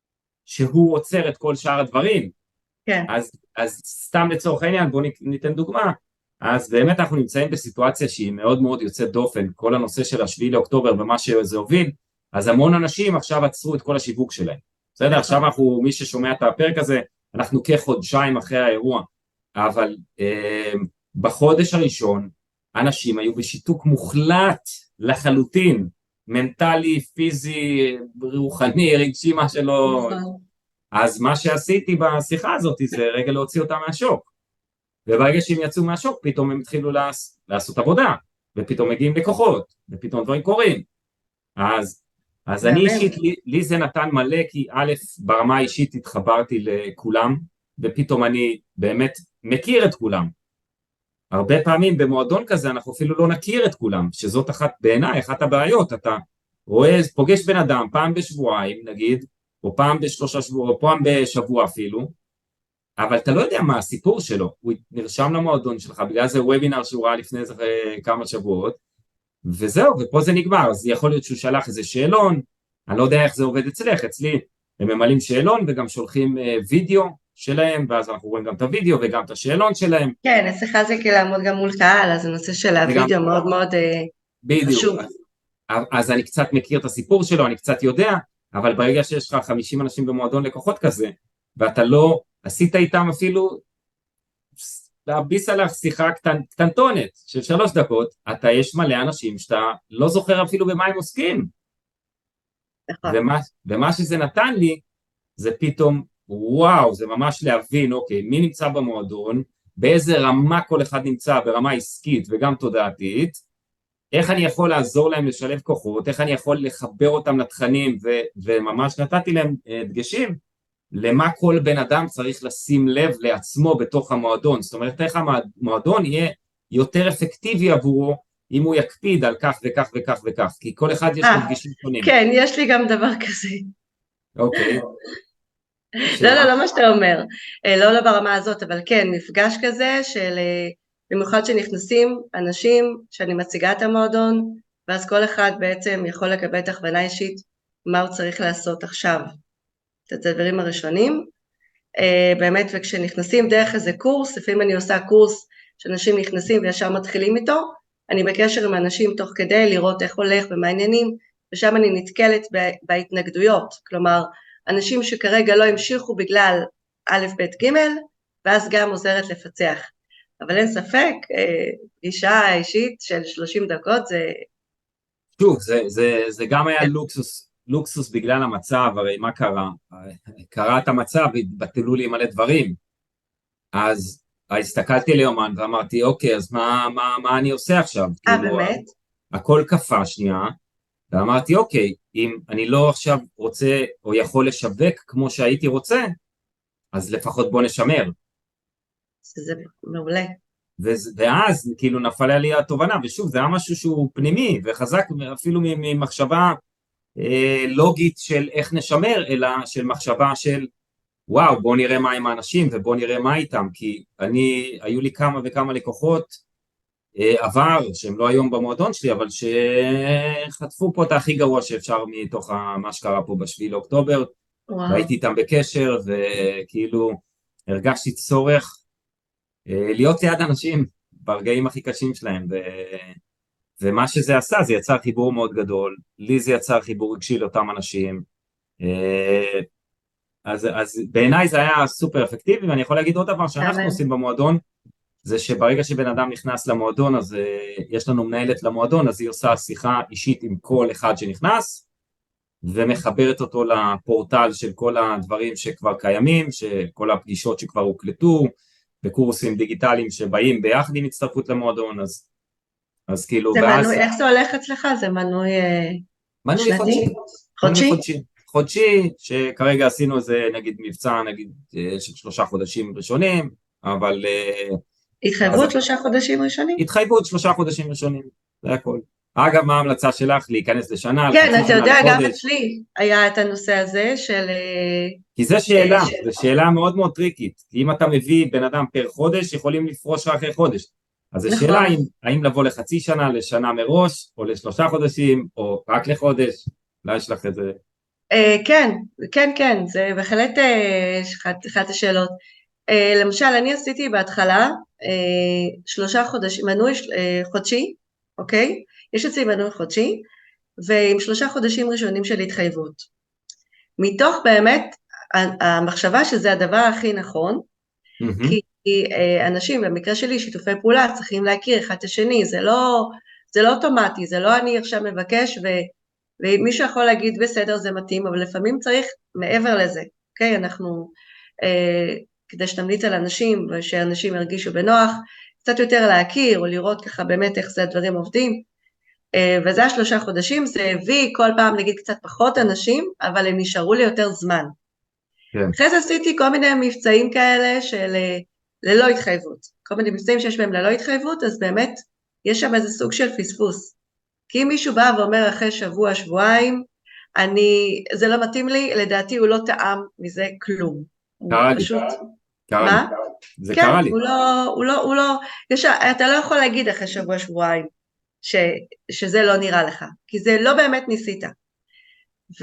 שהוא עוצר את כל שאר הדברים. כן. אז, אז סתם לצורך העניין, בואו ניתן דוגמה, אז באמת אנחנו נמצאים בסיטואציה שהיא מאוד מאוד יוצאת דופן, כל הנושא של השביעי לאוקטובר ומה שזה הוביל, אז המון אנשים עכשיו עצרו את כל השיווק שלהם. בסדר, עכשיו אנחנו, מי ששומע את הפרק הזה, אנחנו כחודשיים אחרי האירוע, אבל אה, בחודש הראשון, אנשים היו בשיתוק מוחלט לחלוטין, מנטלי, פיזי, רוחני, רגשי, מה שלא... אז מה שעשיתי בשיחה הזאת, זה רגע להוציא אותם מהשוק. וברגע שהם יצאו מהשוק, פתאום הם התחילו לעשות עבודה, ופתאום מגיעים לקוחות, ופתאום דברים קורים. אז, אז אני מהמם. אישית, לי, לי זה נתן מלא, כי א', ברמה האישית התחברתי לכולם, ופתאום אני באמת מכיר את כולם. הרבה פעמים במועדון כזה אנחנו אפילו לא נכיר את כולם, שזאת אחת בעיניי, אחת הבעיות, אתה רואה, פוגש בן אדם פעם בשבועיים נגיד, או פעם בשלושה שבוע, או פעם בשבוע אפילו, אבל אתה לא יודע מה הסיפור שלו, הוא נרשם למועדון שלך, בגלל זה וובינר שהוא ראה לפני זה כמה שבועות, וזהו, ופה זה נגמר, אז יכול להיות שהוא שלח איזה שאלון, אני לא יודע איך זה עובד אצלך, אצלי הם ממלאים שאלון וגם שולחים אה, וידאו שלהם, ואז אנחנו רואים גם את הוידאו וגם את השאלון שלהם, כן, אצלך זה כאילו לעמוד גם מול קהל, אז הנושא של זה גם הוידאו מאוד מאוד אה, בדיוק, חשוב. אז, אז אני קצת מכיר את הסיפור שלו, אני קצת יודע, אבל ברגע שיש לך חמישים אנשים במועדון לקוחות כזה, ואתה לא עשית איתם אפילו להביס עליך שיחה קטנ, קטנטונת של שלוש דקות, אתה יש מלא אנשים שאתה לא זוכר אפילו במה הם עוסקים, נכון. ומה, ומה שזה נתן לי, זה פתאום, וואו, זה ממש להבין, אוקיי, מי נמצא במועדון, באיזה רמה כל אחד נמצא, ברמה עסקית וגם תודעתית, איך אני יכול לעזור להם לשלב כוחות, איך אני יכול לחבר אותם לתכנים, ו- וממש נתתי להם uh, דגשים, למה כל בן אדם צריך לשים לב לעצמו בתוך המועדון, זאת אומרת, איך המועדון יהיה יותר אפקטיבי עבורו, אם הוא יקפיד על כך וכך וכך וכך, כי כל אחד יש לו אה, דגשים שונים. כן, יש לי גם דבר כזה. אוקיי, לא, לא, שמה? לא מה שאתה אומר, אה, לא, לא ברמה הזאת, אבל כן, מפגש כזה של, אה, במיוחד שנכנסים אנשים שאני מציגה את המועדון, ואז כל אחד בעצם יכול לקבל את הכוונה אישית, מה הוא צריך לעשות עכשיו, את הדברים הראשונים, אה, באמת, וכשנכנסים דרך איזה קורס, לפעמים אני עושה קורס שאנשים נכנסים וישר מתחילים איתו, אני בקשר עם אנשים תוך כדי לראות איך הולך ומה העניינים, ושם אני נתקלת בהתנגדויות, כלומר, אנשים שכרגע לא המשיכו בגלל א', ב', ג', ואז גם עוזרת לפצח. אבל אין ספק, פגישה אישית של שלושים דקות זה... שוב, זה, זה, זה גם היה לוקסוס, לוקסוס בגלל המצב, הרי מה קרה? קרה את המצב, התבטלו לי מלא דברים, אז הסתכלתי ליומן ואמרתי, אוקיי, אז מה, מה, מה אני עושה עכשיו? אה, כאילו, באמת? הכל קפה שנייה, ואמרתי, אוקיי, אם אני לא עכשיו רוצה או יכול לשווק כמו שהייתי רוצה, אז לפחות בוא נשמר. זה מעולה. ואז כאילו נפלה לי התובנה, ושוב, זה היה משהו שהוא פנימי וחזק אפילו ממחשבה אה, לוגית של איך נשמר, אלא של מחשבה של וואו, בוא נראה מה עם האנשים ובוא נראה מה איתם, כי אני, היו לי כמה וכמה לקוחות אה, עבר, שהם לא היום במועדון שלי, אבל שחטפו פה את הכי גרוע שאפשר מתוך מה שקרה פה בשביעי לאוקטובר, וואו. והייתי איתם בקשר, וכאילו הרגשתי צורך אה, להיות ליד אנשים ברגעים הכי קשים שלהם, ו... ומה שזה עשה, זה יצר חיבור מאוד גדול, לי זה יצר חיבור רגשי לאותם אנשים, אה, אז, אז בעיניי זה היה סופר אפקטיבי, ואני יכול להגיד עוד דבר שאנחנו אמן. עושים במועדון, זה שברגע שבן אדם נכנס למועדון, אז uh, יש לנו מנהלת למועדון, אז היא עושה שיחה אישית עם כל אחד שנכנס, ומחברת אותו לפורטל של כל הדברים שכבר קיימים, שכל הפגישות שכבר הוקלטו, בקורסים דיגיטליים שבאים ביחד עם הצטרפות למועדון, אז, אז כאילו, זה ואז... מנוי, איך זה הולך אצלך? זה מנוי אה, מנוי שנתי? חודשי, מנוי חודשי? חודשי, חודשי, שכרגע עשינו איזה נגיד מבצע, נגיד אה, של שלושה חודשים ראשונים, אבל... אה, אז התחייבות שלושה חודשים ראשונים? התחייבות שלושה חודשים ראשונים, זה הכל. אגב, מה ההמלצה שלך? להיכנס לשנה, כן, לחצי אתה שנה, יודע, גם לחודש? אצלי היה את הנושא הזה של... אה, כי זו אה, שאלה, של... זו שאלה מאוד מאוד טריקית. כי אם אתה מביא בן אדם פר חודש, יכולים לפרוש רק אחרי חודש. אז זו שאלה נכון. האם, האם לבוא לחצי שנה, לשנה מראש, או לשלושה חודשים, או רק לחודש. אולי יש לך איזה... אה, כן, כן, כן, זה בהחלט אה, אחת, אחת השאלות. אה, למשל, אני עשיתי בהתחלה אה, שלושה חודשים, מנוי אה, חודשי, אוקיי? יש אצלי מנוי חודשי, ועם שלושה חודשים ראשונים של התחייבות. מתוך באמת המחשבה שזה הדבר הכי נכון, מהמם. כי אנשים, במקרה שלי, שיתופי פעולה, צריכים להכיר אחד את השני, זה לא, זה לא אוטומטי, זה לא אני עכשיו מבקש, ו, ומישהו יכול להגיד, בסדר, זה מתאים, אבל לפעמים צריך מעבר לזה, אוקיי? אנחנו, אה, כדי שתמליץ על אנשים, ושאנשים ירגישו בנוח, קצת יותר להכיר, או לראות ככה באמת איך זה הדברים עובדים, וזה השלושה חודשים, זה הביא כל פעם נגיד קצת פחות אנשים, אבל הם נשארו לי יותר זמן. כן. אחרי זה עשיתי כל מיני מבצעים כאלה של ללא התחייבות, כל מיני מבצעים שיש בהם ללא התחייבות, אז באמת יש שם איזה סוג של פספוס. כי אם מישהו בא ואומר אחרי שבוע, שבועיים, אני, זה לא מתאים לי, לדעתי הוא לא טעם מזה כלום. קרה לי, פשוט, קרה לי, מה? זה כן, קרה לי. הוא לא, הוא לא, הוא לא, יש, אתה לא יכול להגיד אחרי שבוע, שבועיים, ש, שזה לא נראה לך, כי זה לא באמת ניסית. ו,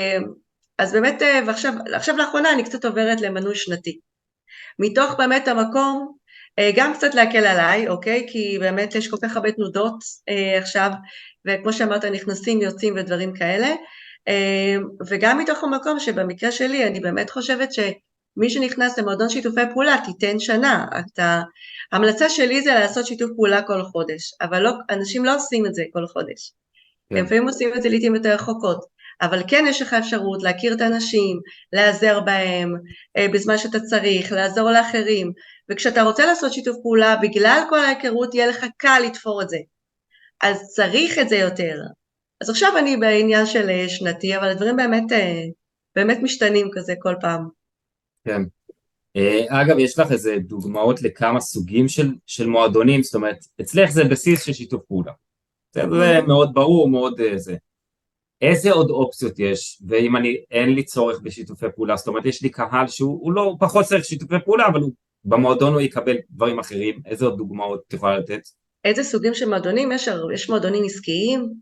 אז באמת, ועכשיו, עכשיו לאחרונה אני קצת עוברת למנוי שנתי. מתוך באמת המקום, גם קצת להקל עליי, אוקיי? כי באמת יש כל כך הרבה תנודות אה, עכשיו, וכמו שאמרת, נכנסים, יוצאים ודברים כאלה, אה, וגם מתוך המקום שבמקרה שלי, אני באמת חושבת שמי שנכנס למועדון שיתופי פעולה, תיתן שנה. אתה, ההמלצה שלי זה לעשות שיתוף פעולה כל חודש, אבל לא, אנשים לא עושים את זה כל חודש. כן. הם לפעמים עושים את זה לעתים יותר רחוקות. אבל כן יש לך אפשרות להכיר את האנשים, להיעזר בהם, בזמן שאתה צריך, לעזור לאחרים, וכשאתה רוצה לעשות שיתוף פעולה, בגלל כל ההיכרות יהיה לך קל לתפור את זה, אז צריך את זה יותר. אז עכשיו אני בעניין של שנתי, אבל הדברים באמת, באמת משתנים כזה כל פעם. כן. אגב, יש לך איזה דוגמאות לכמה סוגים של, של מועדונים, זאת אומרת, אצלך זה בסיס של שיתוף פעולה. זה, זה מאוד ברור, מאוד זה. איזה עוד אופציות יש, ואם אני, אין לי צורך בשיתופי פעולה, זאת אומרת, יש לי קהל שהוא לא, הוא פחות צריך שיתופי פעולה, אבל הוא, במועדון הוא יקבל דברים אחרים, איזה עוד דוגמאות את יכולה לתת? איזה סוגים של מועדונים? יש, יש מועדונים עסקיים,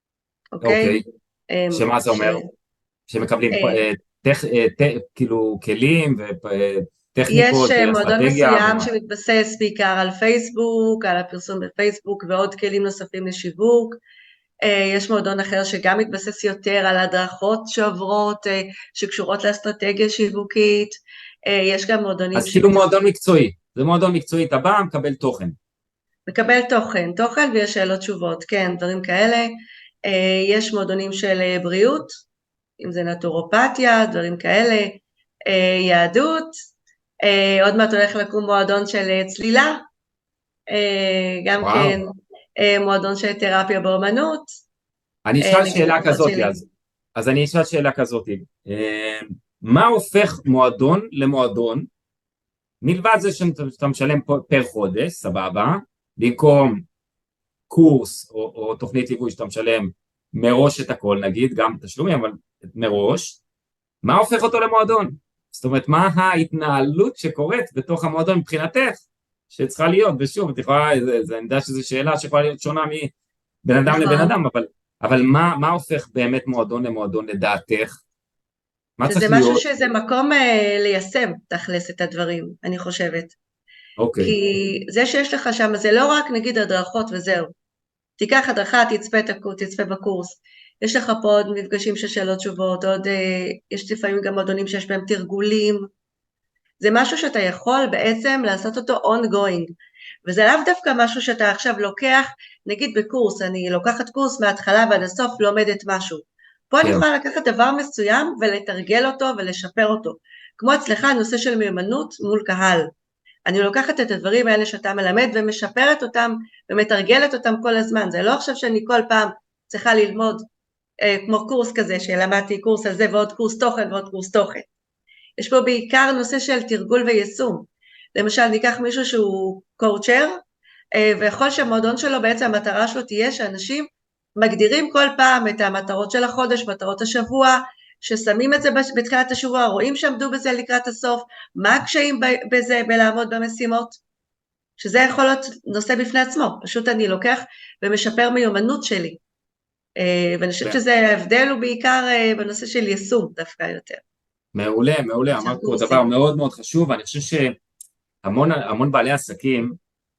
אוקיי? אוקיי, שמה זה אומר? שמקבלים טכ, כאילו כלים וטכניקות יש מועדון ואסטרטגיה? מסוים ומה? שמתבסס בעיקר על פייסבוק, על הפרסום בפייסבוק ועוד כלים נוספים לשיווק. יש מועדון אחר שגם מתבסס יותר על הדרכות שעוברות, שקשורות לאסטרטגיה שיווקית. יש גם מועדונים... אז כאילו מועדון מקצועי, זה מועדון מקצועי, אתה בא, מקבל תוכן. מקבל תוכן, תוכן ויש שאלות תשובות, כן, דברים כאלה. יש מועדונים של בריאות, אם זה נטורופתיה, דברים כאלה, יהדות, עוד מעט הולך לקום מועדון של צלילה, גם וואו. כן מועדון של תרפיה באומנות. אני אשאל שאלה כזאת, אז, אז אני אשאל שאלה כזאת, מה הופך מועדון למועדון, מלבד זה שאתה משלם פר חודש, סבבה, במקום קורס או, או תוכנית ליווי שאתה משלם מראש את הכל, נגיד, גם תשלומים, אבל מראש, מה הופך אותו למועדון? זאת אומרת, מה ההתנהלות שקורית בתוך המועדון מבחינתך, שצריכה להיות, ושוב, את יכולה, זה, זה, אני יודע שזו שאלה שיכולה להיות שונה מבן אדם נכון. לבן אדם, אבל, אבל מה, מה הופך באמת מועדון למועדון לדעתך? מה צריך שזה להיות? משהו שזה מקום uh, ליישם, תכלס את הדברים, אני חושבת. אוקיי. כי זה שיש לך שם, זה לא רק נגיד הדרכות וזהו. תיקח הדרכה, תצפה, תצפה בקורס. יש לך פה עוד מפגשים של שאלות תשובות, עוד, uh, יש לפעמים גם מועדונים שיש בהם תרגולים. זה משהו שאתה יכול בעצם לעשות אותו ongoing. וזה לאו דווקא משהו שאתה עכשיו לוקח, נגיד בקורס, אני לוקחת קורס מההתחלה ועד הסוף, לומדת משהו. פה אני יכולה לקחת דבר מסוים ולתרגל אותו ולשפר אותו. כמו אצלך, הנושא של מיומנות מול קהל. אני לוקחת את הדברים האלה שאתה מלמד ומשפרת אותם ומתרגלת אותם כל הזמן. זה לא עכשיו שאני כל פעם צריכה ללמוד אה, כמו קורס כזה, שלמדתי קורס על זה ועוד קורס תוכן ועוד קורס תוכן. יש פה בעיקר נושא של תרגול ויישום. למשל, ניקח מישהו שהוא קואוצ'ר, אה, ויכול שהמועדון שלו, בעצם המטרה שלו תהיה שאנשים מגדירים כל פעם את המטרות של החודש, מטרות השבוע, ששמים את זה בתחילת השבוע, רואים שעמדו בזה לקראת הסוף, מה הקשיים בזה בלעמוד במשימות, שזה יכול להיות נושא בפני עצמו, פשוט אני לוקח ומשפר מיומנות שלי, ואני חושבת שזה ההבדל הוא בעיקר בנושא של יישום דווקא יותר. מעולה, מעולה, אמרת פה דבר מאוד מאוד חשוב, ואני חושב שהמון המון בעלי עסקים,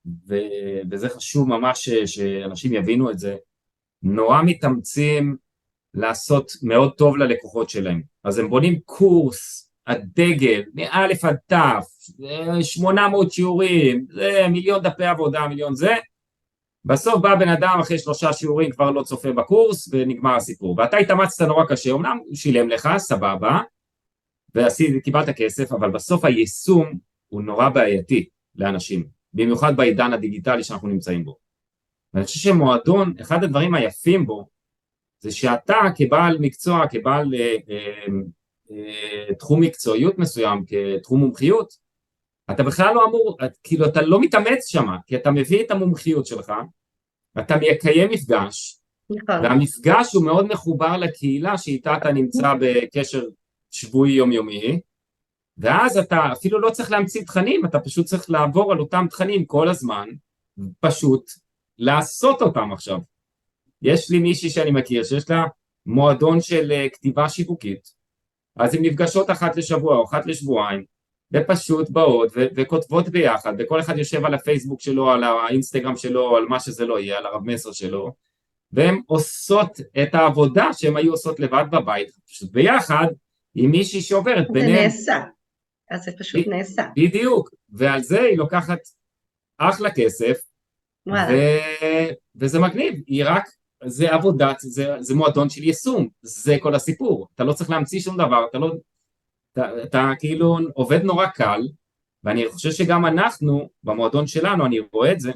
וזה חשוב ממש שאנשים יבינו את זה, נורא מתאמצים לעשות מאוד טוב ללקוחות שלהם. אז הם בונים קורס, הדגל, מאלף עד תף, שמונה מאות שיעורים, זה מיליון דפי עבודה, מיליון זה, בסוף בא בן אדם אחרי שלושה שיעורים כבר לא צופה בקורס, ונגמר הסיפור. ואתה התאמצת נורא קשה, אמנם הוא שילם לך, סבבה, וקיבלת כסף, אבל בסוף היישום הוא נורא בעייתי לאנשים, במיוחד בעידן הדיגיטלי שאנחנו נמצאים בו. ואני חושב שמועדון, אחד הדברים היפים בו, זה שאתה כבעל מקצוע, כבעל אה, אה, אה, תחום מקצועיות מסוים, כתחום מומחיות, אתה בכלל לא אמור, את, כאילו אתה לא מתאמץ שם, כי אתה מביא את המומחיות שלך, אתה מקיים מפגש, נכון, והמפגש הוא מאוד מחובר לקהילה שאיתה אתה נמצא בקשר שבועי יומיומי, ואז אתה אפילו לא צריך להמציא תכנים, אתה פשוט צריך לעבור על אותם תכנים כל הזמן, פשוט לעשות אותם עכשיו. יש לי מישהי שאני מכיר שיש לה מועדון של uh, כתיבה שיווקית, אז הן נפגשות אחת לשבוע או אחת לשבועיים, ופשוט באות ו- וכותבות ביחד, וכל אחד יושב על הפייסבוק שלו, על האינסטגרם שלו, על מה שזה לא יהיה, על הרב מסר שלו, והן עושות את העבודה שהן היו עושות לבד בבית, פשוט ביחד, עם מישהי שעוברת זה ביניהם. נעשה, אז זה פשוט ב- נעשה, בדיוק, ועל זה היא לוקחת אחלה כסף, ו... וואלה. וזה מגניב, היא רק, זה עבודת, זה, זה מועדון של יישום, זה כל הסיפור, אתה לא צריך להמציא שום דבר, אתה לא, אתה, אתה כאילו עובד נורא קל, ואני חושב שגם אנחנו, במועדון שלנו, אני רואה את זה,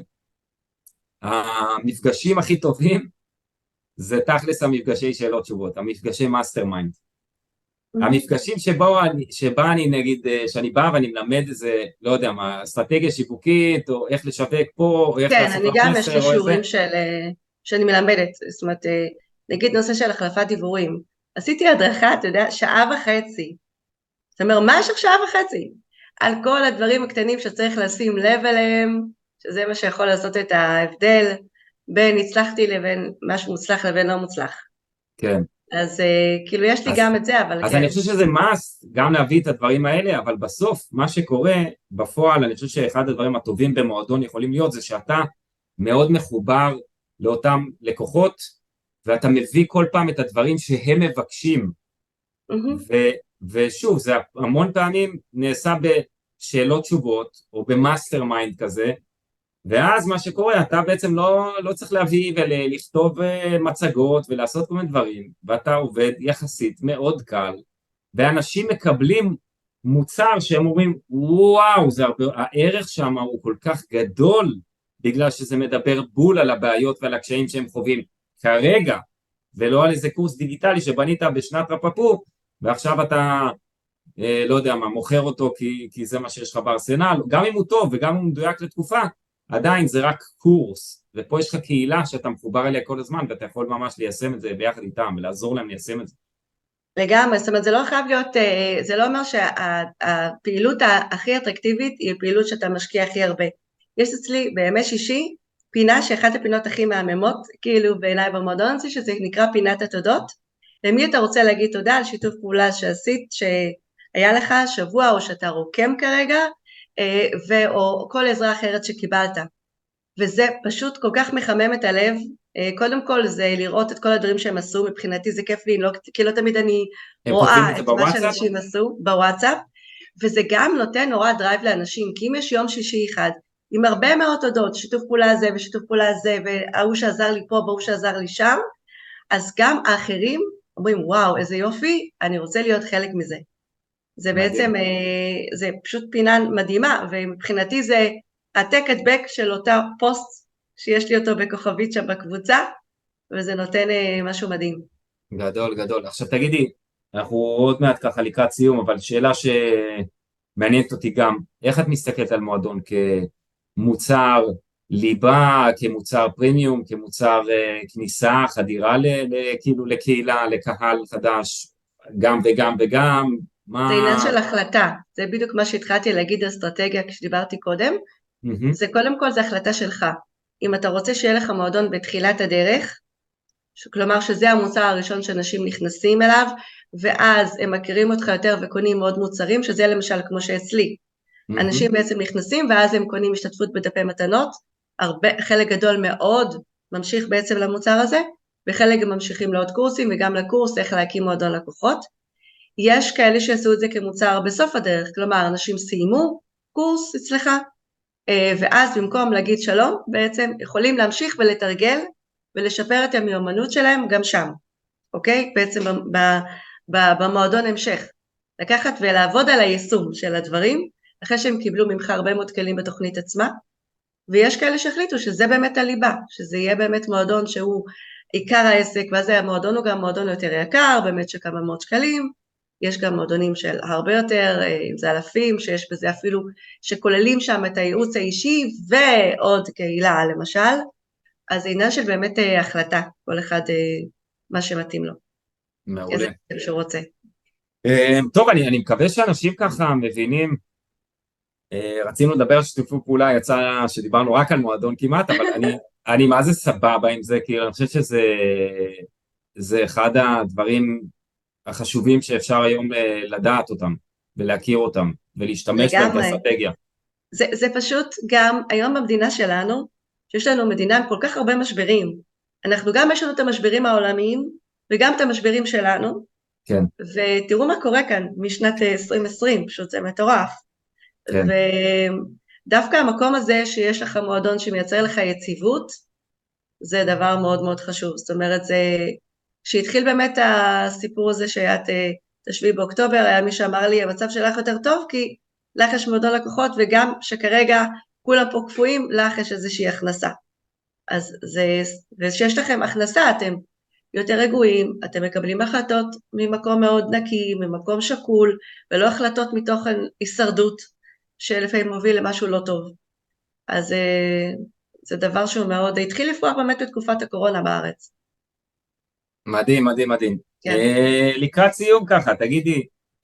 המפגשים הכי טובים, זה תכלס המפגשי שאלות תשובות, המפגשי מאסטר מיינד. המפגשים שבו אני, שבה אני נגיד, שאני בא ואני מלמד איזה, לא יודע מה, אסטרטגיה שיווקית, או איך לשווק פה, או איך כן, לעשות אני רב גם, יש לי מסר, או איזה, שיעורים של, אה, שאני מלמדת, זאת אומרת, אה, נגיד נושא של החלפת דיבורים. עשיתי הדרכה, אתה יודע, שעה וחצי. זאת אומרת, מה יש לך שעה וחצי? על כל הדברים הקטנים שצריך לשים לב אליהם, שזה מה שיכול לעשות את ההבדל בין הצלחתי לבין משהו מוצלח לבין לא מוצלח. כן. אז אה, כאילו יש לי אז, גם את זה, אבל אז כן. אני חושב שזה must גם להביא את הדברים האלה, אבל בסוף מה שקורה בפועל, אני חושב שאחד הדברים הטובים במועדון יכולים להיות, זה שאתה מאוד מחובר לאותם לקוחות, ואתה מביא כל פעם את הדברים שהם מבקשים, מהמם. ו, ושוב, זה המון פעמים נעשה בשאלות תשובות, או במאסטר מיינד כזה, ואז מה שקורה, אתה בעצם לא, לא צריך להביא ולכתוב מצגות ולעשות כל מיני דברים, ואתה עובד יחסית מאוד קל, ואנשים מקבלים מוצר שהם אומרים, וואו, זה הרבה, הערך שם הוא כל כך גדול, בגלל שזה מדבר בול על הבעיות ועל הקשיים שהם חווים כרגע, ולא על איזה קורס דיגיטלי שבנית בשנת רפפו, ועכשיו אתה, אה, לא יודע מה, מוכר אותו כי, כי זה מה שיש לך בארסנל, גם אם הוא טוב וגם אם הוא מדויק לתקופה, עדיין זה רק קורס, ופה יש לך קהילה שאתה מחובר אליה כל הזמן, ואתה יכול ממש ליישם את זה ביחד איתם, ולעזור להם ליישם את זה. לגמרי, זאת אומרת, זה לא חייב להיות, אה, זה לא אומר שהפעילות הכי אטרקטיבית היא הפעילות שאתה משקיע הכי הרבה. יש אצלי בימי שישי פינה שאחת הפינות הכי מהממות, כאילו בעיניי במועדון זה, שזה נקרא פינת התודות. למי אתה רוצה להגיד תודה על שיתוף פעולה שעשית, שהיה לך שבוע או שאתה רוקם כרגע, אה, ו- או כל עזרה אחרת שקיבלת. וזה פשוט כל כך מחמם את הלב. קודם כל זה לראות את כל הדברים שהם עשו, מבחינתי זה כיף לי, לא, כי לא תמיד אני הם כותבים את רואה זה את מה בוואטסאפ? שאנשים עשו בוואטסאפ, וזה גם נותן נורא דרייב לאנשים, כי אם יש יום שישי אחד, עם הרבה מאוד תודות, שיתוף פעולה זה ושיתוף פעולה זה, והוא שעזר לי פה והוא שעזר לי שם, אז גם האחרים אומרים, וואו, איזה יופי, אני רוצה להיות חלק מזה. זה מדהים. בעצם, זה פשוט פינה מדהימה, ומבחינתי זה העתק הדבק של אותה פוסט, שיש לי אותו בכוכבית שם בקבוצה, וזה נותן משהו מדהים. גדול, גדול. עכשיו תגידי, אנחנו עוד מעט ככה לקראת סיום, אבל שאלה שמעניינת אותי גם, איך את מסתכלת על מועדון כמוצר ליבה, כמוצר פרימיום, כמוצר uh, כניסה, חדירה ל, ל, כאילו לקהילה, לקהל חדש, גם וגם וגם, זה עניין מה... של החלטה, זה בדיוק מה שהתחלתי להגיד אסטרטגיה כשדיברתי קודם, Mm-hmm. זה קודם כל זה החלטה שלך. אם אתה רוצה שיהיה לך מועדון בתחילת הדרך, כלומר שזה המוצר הראשון שאנשים נכנסים אליו, ואז הם מכירים אותך יותר וקונים עוד מוצרים, שזה למשל כמו שאצלי. Mm-hmm. אנשים בעצם נכנסים ואז הם קונים השתתפות בדפי מתנות, הרבה, חלק גדול מאוד ממשיך בעצם למוצר הזה, וחלק גם ממשיכים לעוד קורסים וגם לקורס איך להקים מועדון לקוחות. יש כאלה שעשו את זה כמוצר בסוף הדרך, כלומר אנשים סיימו קורס אצלך, ואז במקום להגיד שלום, בעצם יכולים להמשיך ולתרגל ולשפר את המיומנות שלהם גם שם, אוקיי? בעצם במועדון המשך, לקחת ולעבוד על היישום של הדברים, אחרי שהם קיבלו ממך הרבה מאוד כלים בתוכנית עצמה, ויש כאלה שהחליטו שזה באמת הליבה, שזה יהיה באמת מועדון שהוא עיקר העסק, ואז המועדון הוא גם מועדון יותר יקר, באמת של כמה מאות שקלים, יש גם מועדונים של הרבה יותר, אם זה אלפים, שיש בזה אפילו, שכוללים שם את הייעוץ האישי, ועוד קהילה למשל, אז זה עניין של באמת החלטה, כל אחד מה שמתאים לו. מעולה. איזה שהוא רוצה. טוב, אני, אני מקווה שאנשים ככה מבינים, רצינו לדבר על שיתופי פעולה, יצא שדיברנו רק על מועדון כמעט, אבל אני, אני מה זה סבבה עם זה, כי אני חושב שזה זה אחד הדברים החשובים שאפשר היום לדעת אותם, ולהכיר אותם, ולהשתמש בהם כאסטרטגיה. זה, זה פשוט גם היום במדינה שלנו, שיש לנו מדינה עם כל כך הרבה משברים, אנחנו גם יש לנו את המשברים העולמיים, וגם את המשברים שלנו, כן. ותראו מה קורה כאן משנת עשרים עשרים, פשוט זה מטורף. כן. ודווקא המקום הזה שיש לך מועדון שמייצר לך יציבות, זה דבר מאוד מאוד חשוב. זאת אומרת, זה, כשהתחיל באמת הסיפור הזה שאת תשבי באוקטובר, היה מי שאמר לי, המצב שלך יותר טוב, כי לך יש מועדון לקוחות, וגם שכרגע כולם פה קפואים, לך יש איזושהי הכנסה. אז זה, ושיש לכם הכנסה, אתם יותר רגועים, אתם מקבלים החלטות ממקום מאוד נקי, ממקום שקול, ולא החלטות מתוך הישרדות, שלפעמים מוביל למשהו לא טוב. אז זה דבר שהוא מאוד, התחיל לפרוח באמת בתקופת הקורונה בארץ. מדהים, מדהים, מדהים. כן. לקראת סיום ככה, תגידי,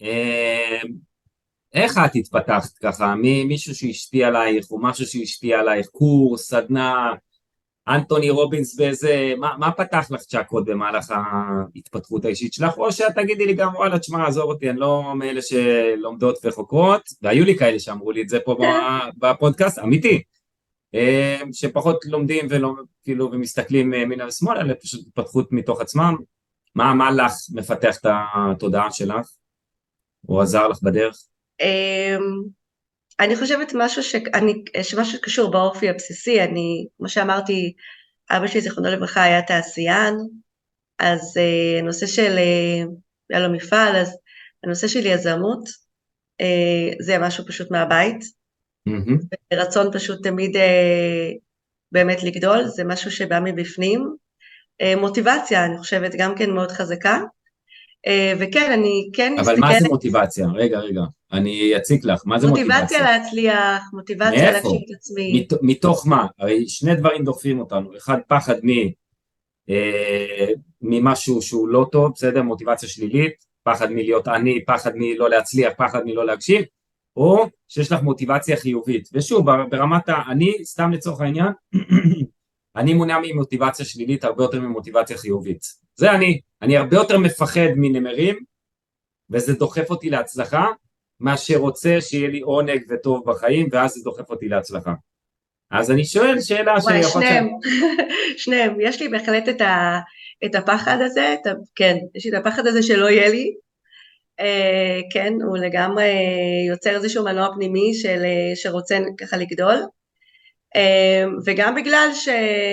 איך את התפתחת ככה? מישהו שהשפיע עלייך, או משהו שהשפיע עלייך, קורס, סדנה, אנטוני רובינס באיזה, מה, מה פתח לך צ'קרות במהלך ההתפתחות האישית שלך, או שאת תגידי לי גם, וואלה, תשמע, עזוב אותי, אני לא מאלה שלומדות וחוקרות, והיו לי כאלה שאמרו לי את זה פה בפודקאסט, אמיתי, שפחות לומדים ולא, כאילו, ומסתכלים מן השמאל, אלא פשוט התפתחות מתוך עצמם. מה, מה לך מפתח את התודעה שלך, או עזר לך בדרך? אני חושבת משהו שאני, שמשהו שקשור באופי הבסיסי, אני, כמו שאמרתי, אבא שלי זיכרונו לברכה היה תעשיין, אז הנושא של, היה לו מפעל, אז הנושא של יזמות, זה משהו פשוט מהבית, mm-hmm. רצון פשוט תמיד באמת לגדול, זה משהו שבא מבפנים, מוטיבציה, אני חושבת, גם כן מאוד חזקה, וכן, אני כן מסתכלת... אבל מה זה מוטיבציה? רגע, רגע, אני אציק לך, מה זה מוטיבציה? מוטיבציה להצליח, מוטיבציה להגשים את עצמי. מת, מתוך מה? הרי שני דברים דוחפים אותנו, אחד פחד מ, אה, ממשהו שהוא לא טוב, בסדר? מוטיבציה שלילית, פחד מלהיות עני, פחד מלא להצליח, פחד מלא להגשים, או שיש לך מוטיבציה חיובית. ושוב, ברמת אני, סתם לצורך העניין, אני מונע ממוטיבציה שלילית הרבה יותר ממוטיבציה חיובית. זה אני, אני הרבה יותר מפחד מנמרים, וזה דוחף אותי להצלחה, מה שרוצה שיהיה לי עונג וטוב בחיים, ואז זה דוחף אותי להצלחה. אז אני שואל שאלה וואי, שניהם, שניהם, יש לי בהחלט את, ה, את הפחד הזה, את ה, כן, יש לי את הפחד הזה שלא יהיה לי, אה, כן, הוא לגמרי יוצר איזשהו מנוע פנימי של, שרוצה ככה לגדול, אה, וגם בגלל ש...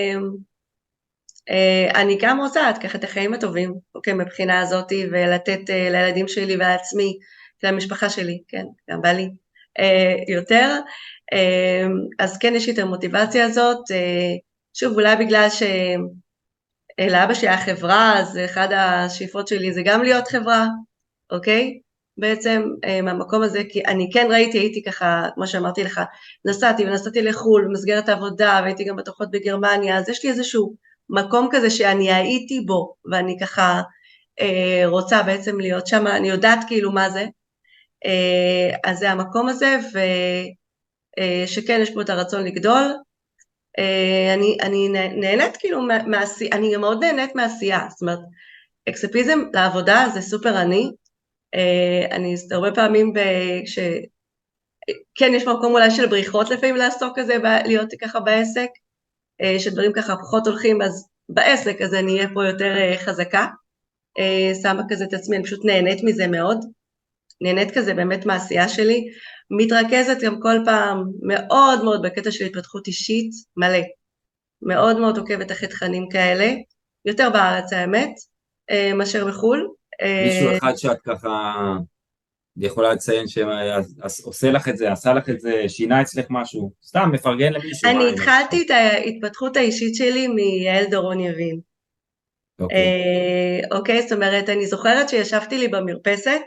אני גם רוצה ככה את החיים הטובים, אוקיי, מבחינה הזאת, ולתת לילדים שלי ולעצמי, למשפחה שלי, כן, גם בא לי יותר, אז כן, יש לי את המוטיבציה הזאת, שוב, אולי בגלל שלאבא שלי היה חברה, אז אחד השאיפות שלי זה גם להיות חברה, אוקיי, בעצם מהמקום הזה, כי אני כן ראיתי, הייתי ככה, כמו שאמרתי לך, נסעתי ונסעתי לחול, במסגרת העבודה, והייתי גם בתוכות בגרמניה, אז יש לי איזשהו מקום כזה שאני הייתי בו, ואני ככה אה, רוצה בעצם להיות שם, אני יודעת כאילו מה זה, אה, אז זה המקום הזה, ושכן אה, יש פה את הרצון לגדול, אה, אני, אני נהנית כאילו מעשייה, אני גם מאוד נהנית מעשייה, זאת אומרת, אקספיזם לעבודה זה סופר אני, אה, אני הרבה פעמים, ש... כן יש מקום אולי של בריחות לפעמים לעסוק כזה, להיות ככה בעסק, שדברים ככה פחות הולכים, אז בעסק, אז אני אהיה פה יותר חזקה, שמה כזה את עצמי, אני פשוט נהנית מזה מאוד, נהנית כזה באמת מעשייה שלי, מתרכזת גם כל פעם מאוד מאוד בקטע של התפתחות אישית, מלא, מאוד מאוד עוקבת אחרי תכנים כאלה, יותר בארץ האמת, מאשר בחול. מישהו אחד שאת ככה יכולה לציין שעושה לך את זה, עשה לך את זה, שינה אצלך משהו, סתם מפרגן למישהו. אני התחלתי את ההתפתחות האישית שלי מיעל דורון יבין. אוקיי. אוקיי, זאת אומרת, אני זוכרת שישבתי לי במרפסת,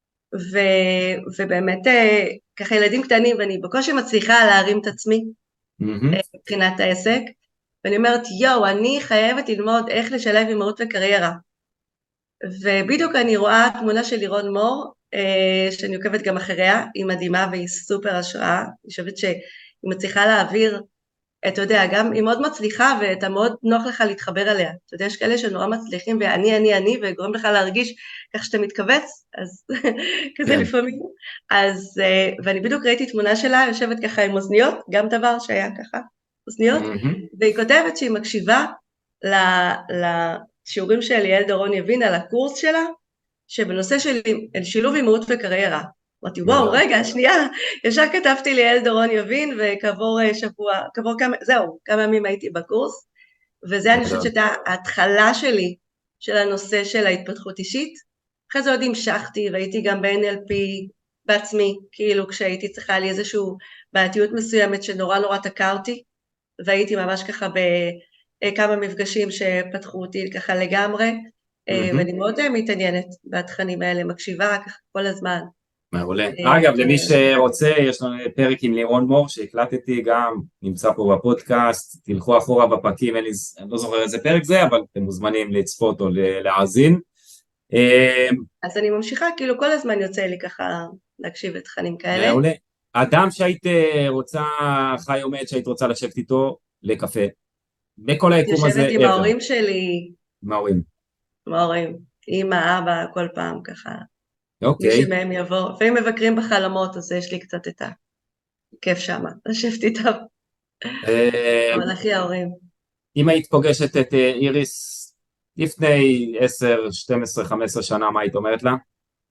ובאמת ככה ילדים קטנים, ואני בקושי מצליחה להרים את עצמי מבחינת העסק, ואני אומרת, יואו, אני חייבת ללמוד איך לשלב אימהות וקריירה. ובדיוק אני רואה תמונה של לירון מור, שאני עוקבת גם אחריה, היא מדהימה והיא סופר השראה, אני חושבת שהיא מצליחה להעביר, אתה יודע, גם היא מאוד מצליחה ואתה מאוד נוח לך להתחבר עליה, אתה יודע, יש כאלה שנורא מצליחים ואני, אני, אני, וגורם לך להרגיש כך שאתה מתכווץ, אז כזה לפעמים, אז, ואני בדיוק ראיתי תמונה שלה, יושבת ככה עם אוזניות, גם דבר שהיה ככה, אוזניות, והיא כותבת שהיא מקשיבה לשיעורים של ליאל דורון יבין על הקורס שלה, שבנושא של שילוב אימהות וקריירה, אמרתי, וואו, רגע, שנייה, ישר כתבתי ליאל דורון יבין, וכעבור שבוע, כעבור כמה, זהו, כמה ימים הייתי בקורס, וזה אני חושבת שהייתה ההתחלה שלי, של הנושא של ההתפתחות אישית, אחרי זה עוד המשכתי, והייתי גם ב-אן אל פי בעצמי, כאילו כשהייתי צריכה לי איזושהי בעייתיות מסוימת, שנורא נורא תקע אותי, והייתי ממש ככה בכמה מפגשים שפתחו אותי ככה לגמרי, ואני מאוד מתעניינת בתכנים האלה, מקשיבה ככה כל הזמן. מעולה. אגב, למי שרוצה, יש לנו פרק עם לירון מור שהקלטתי גם, נמצא פה בפודקאסט, תלכו אחורה בפרקים, אני לא זוכר איזה פרק זה, אבל אתם מוזמנים לצפות או להאזין. אז אני ממשיכה, כאילו כל הזמן יוצא לי ככה להקשיב לתכנים כאלה. מעולה. אדם שהיית רוצה, חי עומד, שהיית רוצה לשבת איתו לקפה, בכל היקום הזה. יושבת עם ההורים שלי. עם ההורים. עם ההורים, עם האבא, כל פעם ככה. אוקיי. מי שמהם יבוא, לפעמים מבקרים בחלומות, אז יש לי קצת את הכיף שם, לשבת איתם. אבל הכי ההורים. אם היית פוגשת את איריס לפני עשר, שתים עשרה, חמש עשרה שנה, מה היית אומרת לה?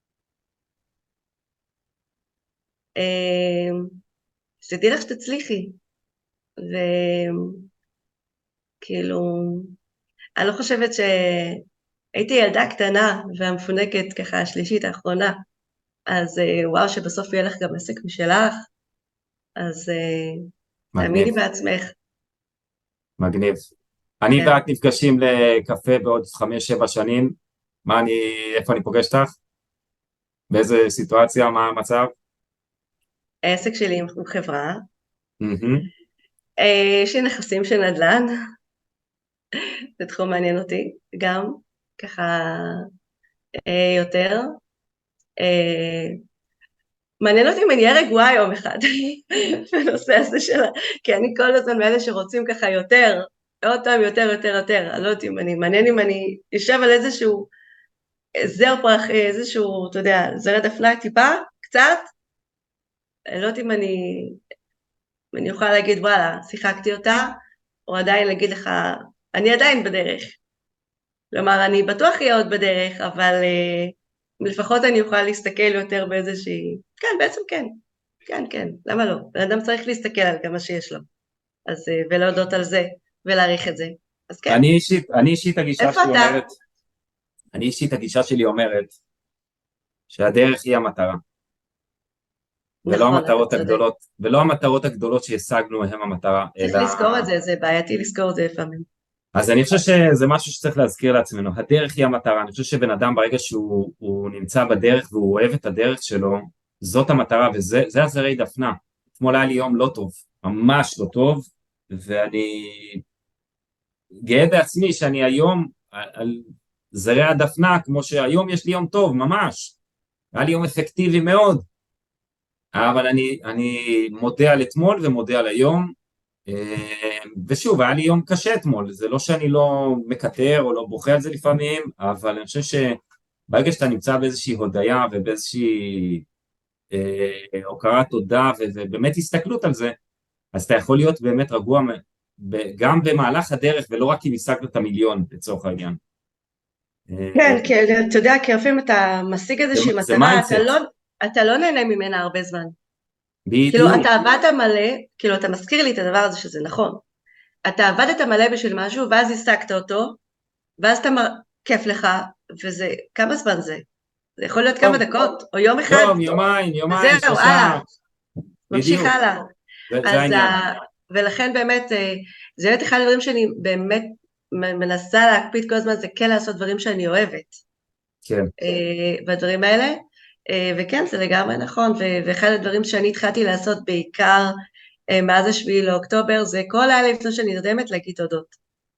שתדעי לך שתצליחי. וכאילו, אני לא חושבת שהייתי ילדה קטנה והמפונקת ככה השלישית האחרונה, אז וואו שבסוף יהיה לך גם עסק משלך, אז תאמיני בעצמך. מגניב. אני ואת נפגשים לקפה בעוד חמש שבע שנים, מה אני, איפה אני פוגש אותך? באיזה סיטואציה, מה המצב? העסק שלי עם חברה, יש לי נכסים של נדל"ן, זה תחום מעניין אותי, גם ככה יותר, מעניין אותי אם אני אהיה רגועה יום אחד, בנושא הזה שלה, כי אני כל הזמן מאלה שרוצים ככה יותר, עוד פעם יותר יותר יותר, אני לא יודעת אם אני, מעניין אם אני יושב על איזשהו זר פרח, איזשהו, אתה יודע, זר דפנה טיפה, קצת, אני לא יודעת אם אני, אני יכולה להגיד, וואלה, שיחקתי אותה, או עדיין להגיד לך, אני עדיין בדרך. כלומר, אני בטוח אהיה עוד בדרך, אבל uh, לפחות אני יכולה להסתכל יותר באיזושהי, כן, בעצם כן, כן, כן, למה לא? בן אדם צריך להסתכל על כמה שיש לו, אז, uh, ולהודות על זה, ולהעריך את זה, אז כן. אני אישית, אני אישית הגישה שלי אומרת, אני אישית הגישה שלי אומרת, שהדרך היא המטרה. ולא המטרות הגדולות, ולא המטרות הגדולות שהשגנו הם המטרה. צריך לזכור את זה, זה בעייתי לזכור את זה לפעמים. אז אני חושב שזה משהו שצריך להזכיר לעצמנו, הדרך היא המטרה, אני חושב שבן אדם ברגע שהוא נמצא בדרך והוא אוהב את הדרך שלו, זאת המטרה וזה הזרי דפנה. אתמול היה לי יום לא טוב, ממש לא טוב, ואני גאה בעצמי שאני היום על זרי הדפנה, כמו שהיום יש לי יום טוב, ממש, היה לי יום אפקטיבי מאוד, אבל אני, אני מודה על אתמול ומודה על היום, ושוב, היה לי יום קשה אתמול, זה לא שאני לא מקטר או לא בוכה על זה לפעמים, אבל אני חושב שברגע שאתה נמצא באיזושהי הודיה ובאיזושהי אה, הוקרת תודה ובאמת הסתכלות על זה, אז אתה יכול להיות באמת רגוע גם במהלך הדרך ולא רק אם השגת את המיליון לצורך העניין. כן, כי אתה יודע, כי לפעמים אתה משיג איזושהי מטרה, אתה לא, אתה לא נהנה ממנה הרבה זמן. בדיוק. כאילו אתה עבדת מלא, כאילו אתה מזכיר לי את הדבר הזה שזה נכון, אתה עבדת מלא בשביל משהו ואז השגת אותו, ואז אתה כיף לך, וזה, כמה זמן זה? זה יכול להיות כמה יום, דקות, או יום אחד, יום, יומיים, יומיים, וזהו, שלושה, הלאה, ממשיך בדיוק, הלאה. זה, זה אז, העניין. ה- ולכן באמת, אה, זה באמת אחד הדברים שאני באמת מנסה להקפיד כל הזמן, זה כן לעשות דברים שאני אוהבת, כן, אה, בדברים האלה, אה, וכן, זה לגמרי נכון, ו- ואחד הדברים שאני התחלתי לעשות בעיקר, אה, מאז השביעי לאוקטובר, זה כל הלילה לפני שאני נרדמת להגיד תודות.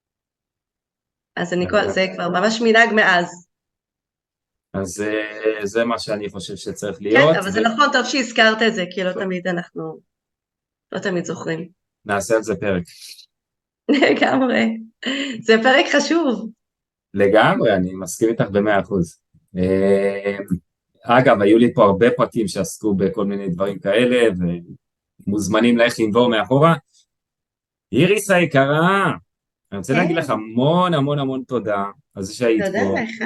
אז אני כל, זה כבר ממש מנהג מאז. אז אה, זה מה שאני חושב שצריך כן, להיות, אבל זה נכון, טוב שהזכרת את זה, כי לא תמיד אנחנו, לא תמיד זוכרים. ונעשה על זה פרק. לגמרי. זה פרק חשוב. לגמרי, אני מסכים איתך במאה אחוז. אה, אגב, היו לי פה הרבה פרקים שעסקו בכל מיני דברים כאלה, ומוזמנים ללכת לנבור מאחורה. איריס היקרה, אני רוצה להגיד כן, לך המון המון המון תודה על זה שהיית תודה פה, לך.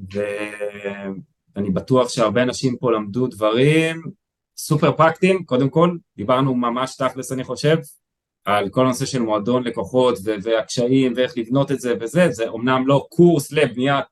ואני בטוח שהרבה אנשים פה למדו דברים סופר פרקטיים. קודם כל, דיברנו ממש תכלס, אני חושב, על כל הנושא של מועדון לקוחות ו- והקשיים ואיך לבנות את זה וזה, זה אומנם לא קורס לבניית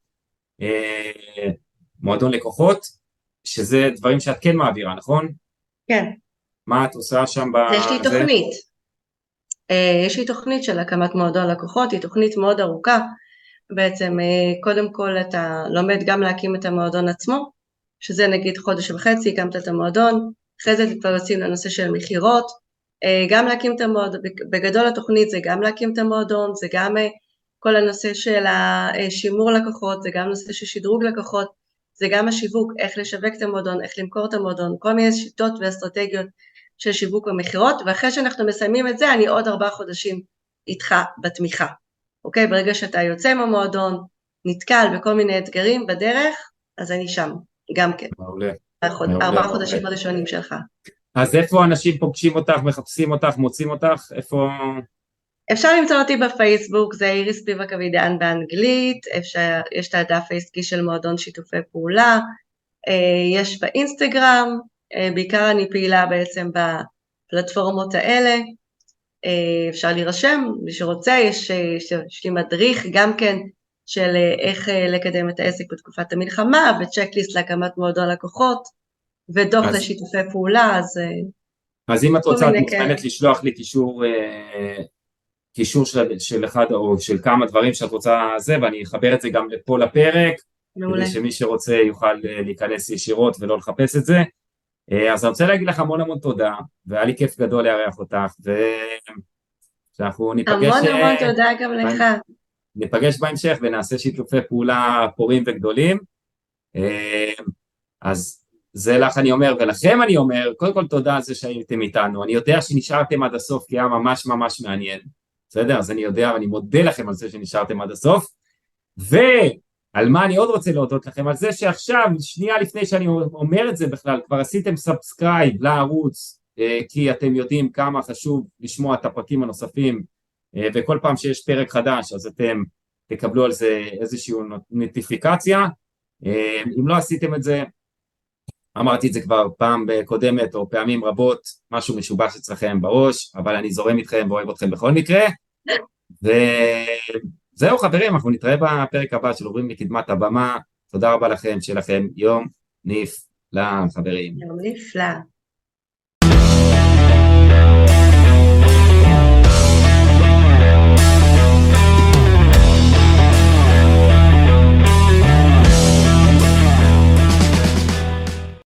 אה, מועדון לקוחות, שזה דברים שאת כן מעבירה, נכון? כן, מה את עושה שם יש לי בזה? תוכנית. אה, יש לי תוכנית של הקמת מועדון לקוחות, היא תוכנית מאוד ארוכה. בעצם, אה, קודם כל אתה לומד גם להקים את המועדון עצמו, שזה נגיד חודש וחצי, הקמת את המועדון, אחרי זה כבר יוצאים לנושא של מכירות, אה, גם להקים את המועדון, בגדול התוכנית זה גם להקים את המועדון, זה גם אה, כל הנושא של השימור לקוחות, זה גם נושא של שדרוג לקוחות, זה גם השיווק, איך לשווק את המועדון, איך למכור את המועדון, כל מיני שיטות ואסטרטגיות של שיווק ומכירות, ואחרי שאנחנו מסיימים את זה, אני עוד ארבעה חודשים איתך בתמיכה. אוקיי? ברגע שאתה יוצא מהמועדון, נתקל בכל מיני אתגרים בדרך, אז אני שם, גם כן. מעולה, החוד- מעולה, ארבעה מעולה. חודשים הראשונים שלך. אז איפה אנשים פוגשים אותך, מחפשים אותך, מוצאים אותך? איפה? אפשר למצוא אותי בפייסבוק, זה איריס פיבק אבידן באנגלית, אפשר, יש את הדף העסקי של מועדון שיתופי פעולה, אה, יש באינסטגרם, אה, בעיקר אני פעילה בעצם בפלטפורמות האלה, אה, אפשר להירשם, מי שרוצה, יש, יש, יש לי מדריך גם כן של אה, איך אה, לקדם את העסק בתקופת המלחמה, וצ'קליסט להקמת מועדון לקוחות, ודוח אז, לשיתופי פעולה, אז אה, אז אם את כל רוצה, את מיני כאלה. מוזמנת לשלוח לי קישור, אה, קישור של, של אחד או של כמה דברים שאת רוצה זה, ואני אחבר את זה גם לפה לפרק, כדי מעולה. שמי שרוצה יוכל אה, להיכנס ישירות ולא לחפש את זה. אה, אז אני רוצה להגיד לך המון המון תודה, והיה לי כיף גדול לארח אותך, ושאנחנו ניפגש, המון המון אה, תודה גם לך. ניפגש בהמשך ונעשה שיתופי פעולה פורים וגדולים. אה, אז זה לך אני אומר, ולכם אני אומר, קודם כל תודה על זה שהייתם איתנו, אני יודע שנשארתם עד הסוף כי היה ממש ממש מעניין, בסדר? אז אני יודע ואני מודה לכם על זה שנשארתם עד הסוף, ועל מה אני עוד רוצה להודות לכם, על זה שעכשיו, שנייה לפני שאני אומר את זה בכלל, כבר עשיתם סאבסקרייב לערוץ, כי אתם יודעים כמה חשוב לשמוע את הפרקים הנוספים, וכל פעם שיש פרק חדש, אז אתם תקבלו על זה איזושהי נוטיפיקציה. אם לא עשיתם את זה, אמרתי את זה כבר פעם קודמת או פעמים רבות, משהו משובש אצלכם בראש, אבל אני זורם איתכם ואוהב אתכם בכל מקרה, וזהו חברים, אנחנו נתראה בפרק הבא של עוברים לקדמת הבמה, תודה רבה לכם, שיהיה לכם יום נפלא חברים. יום נפלא.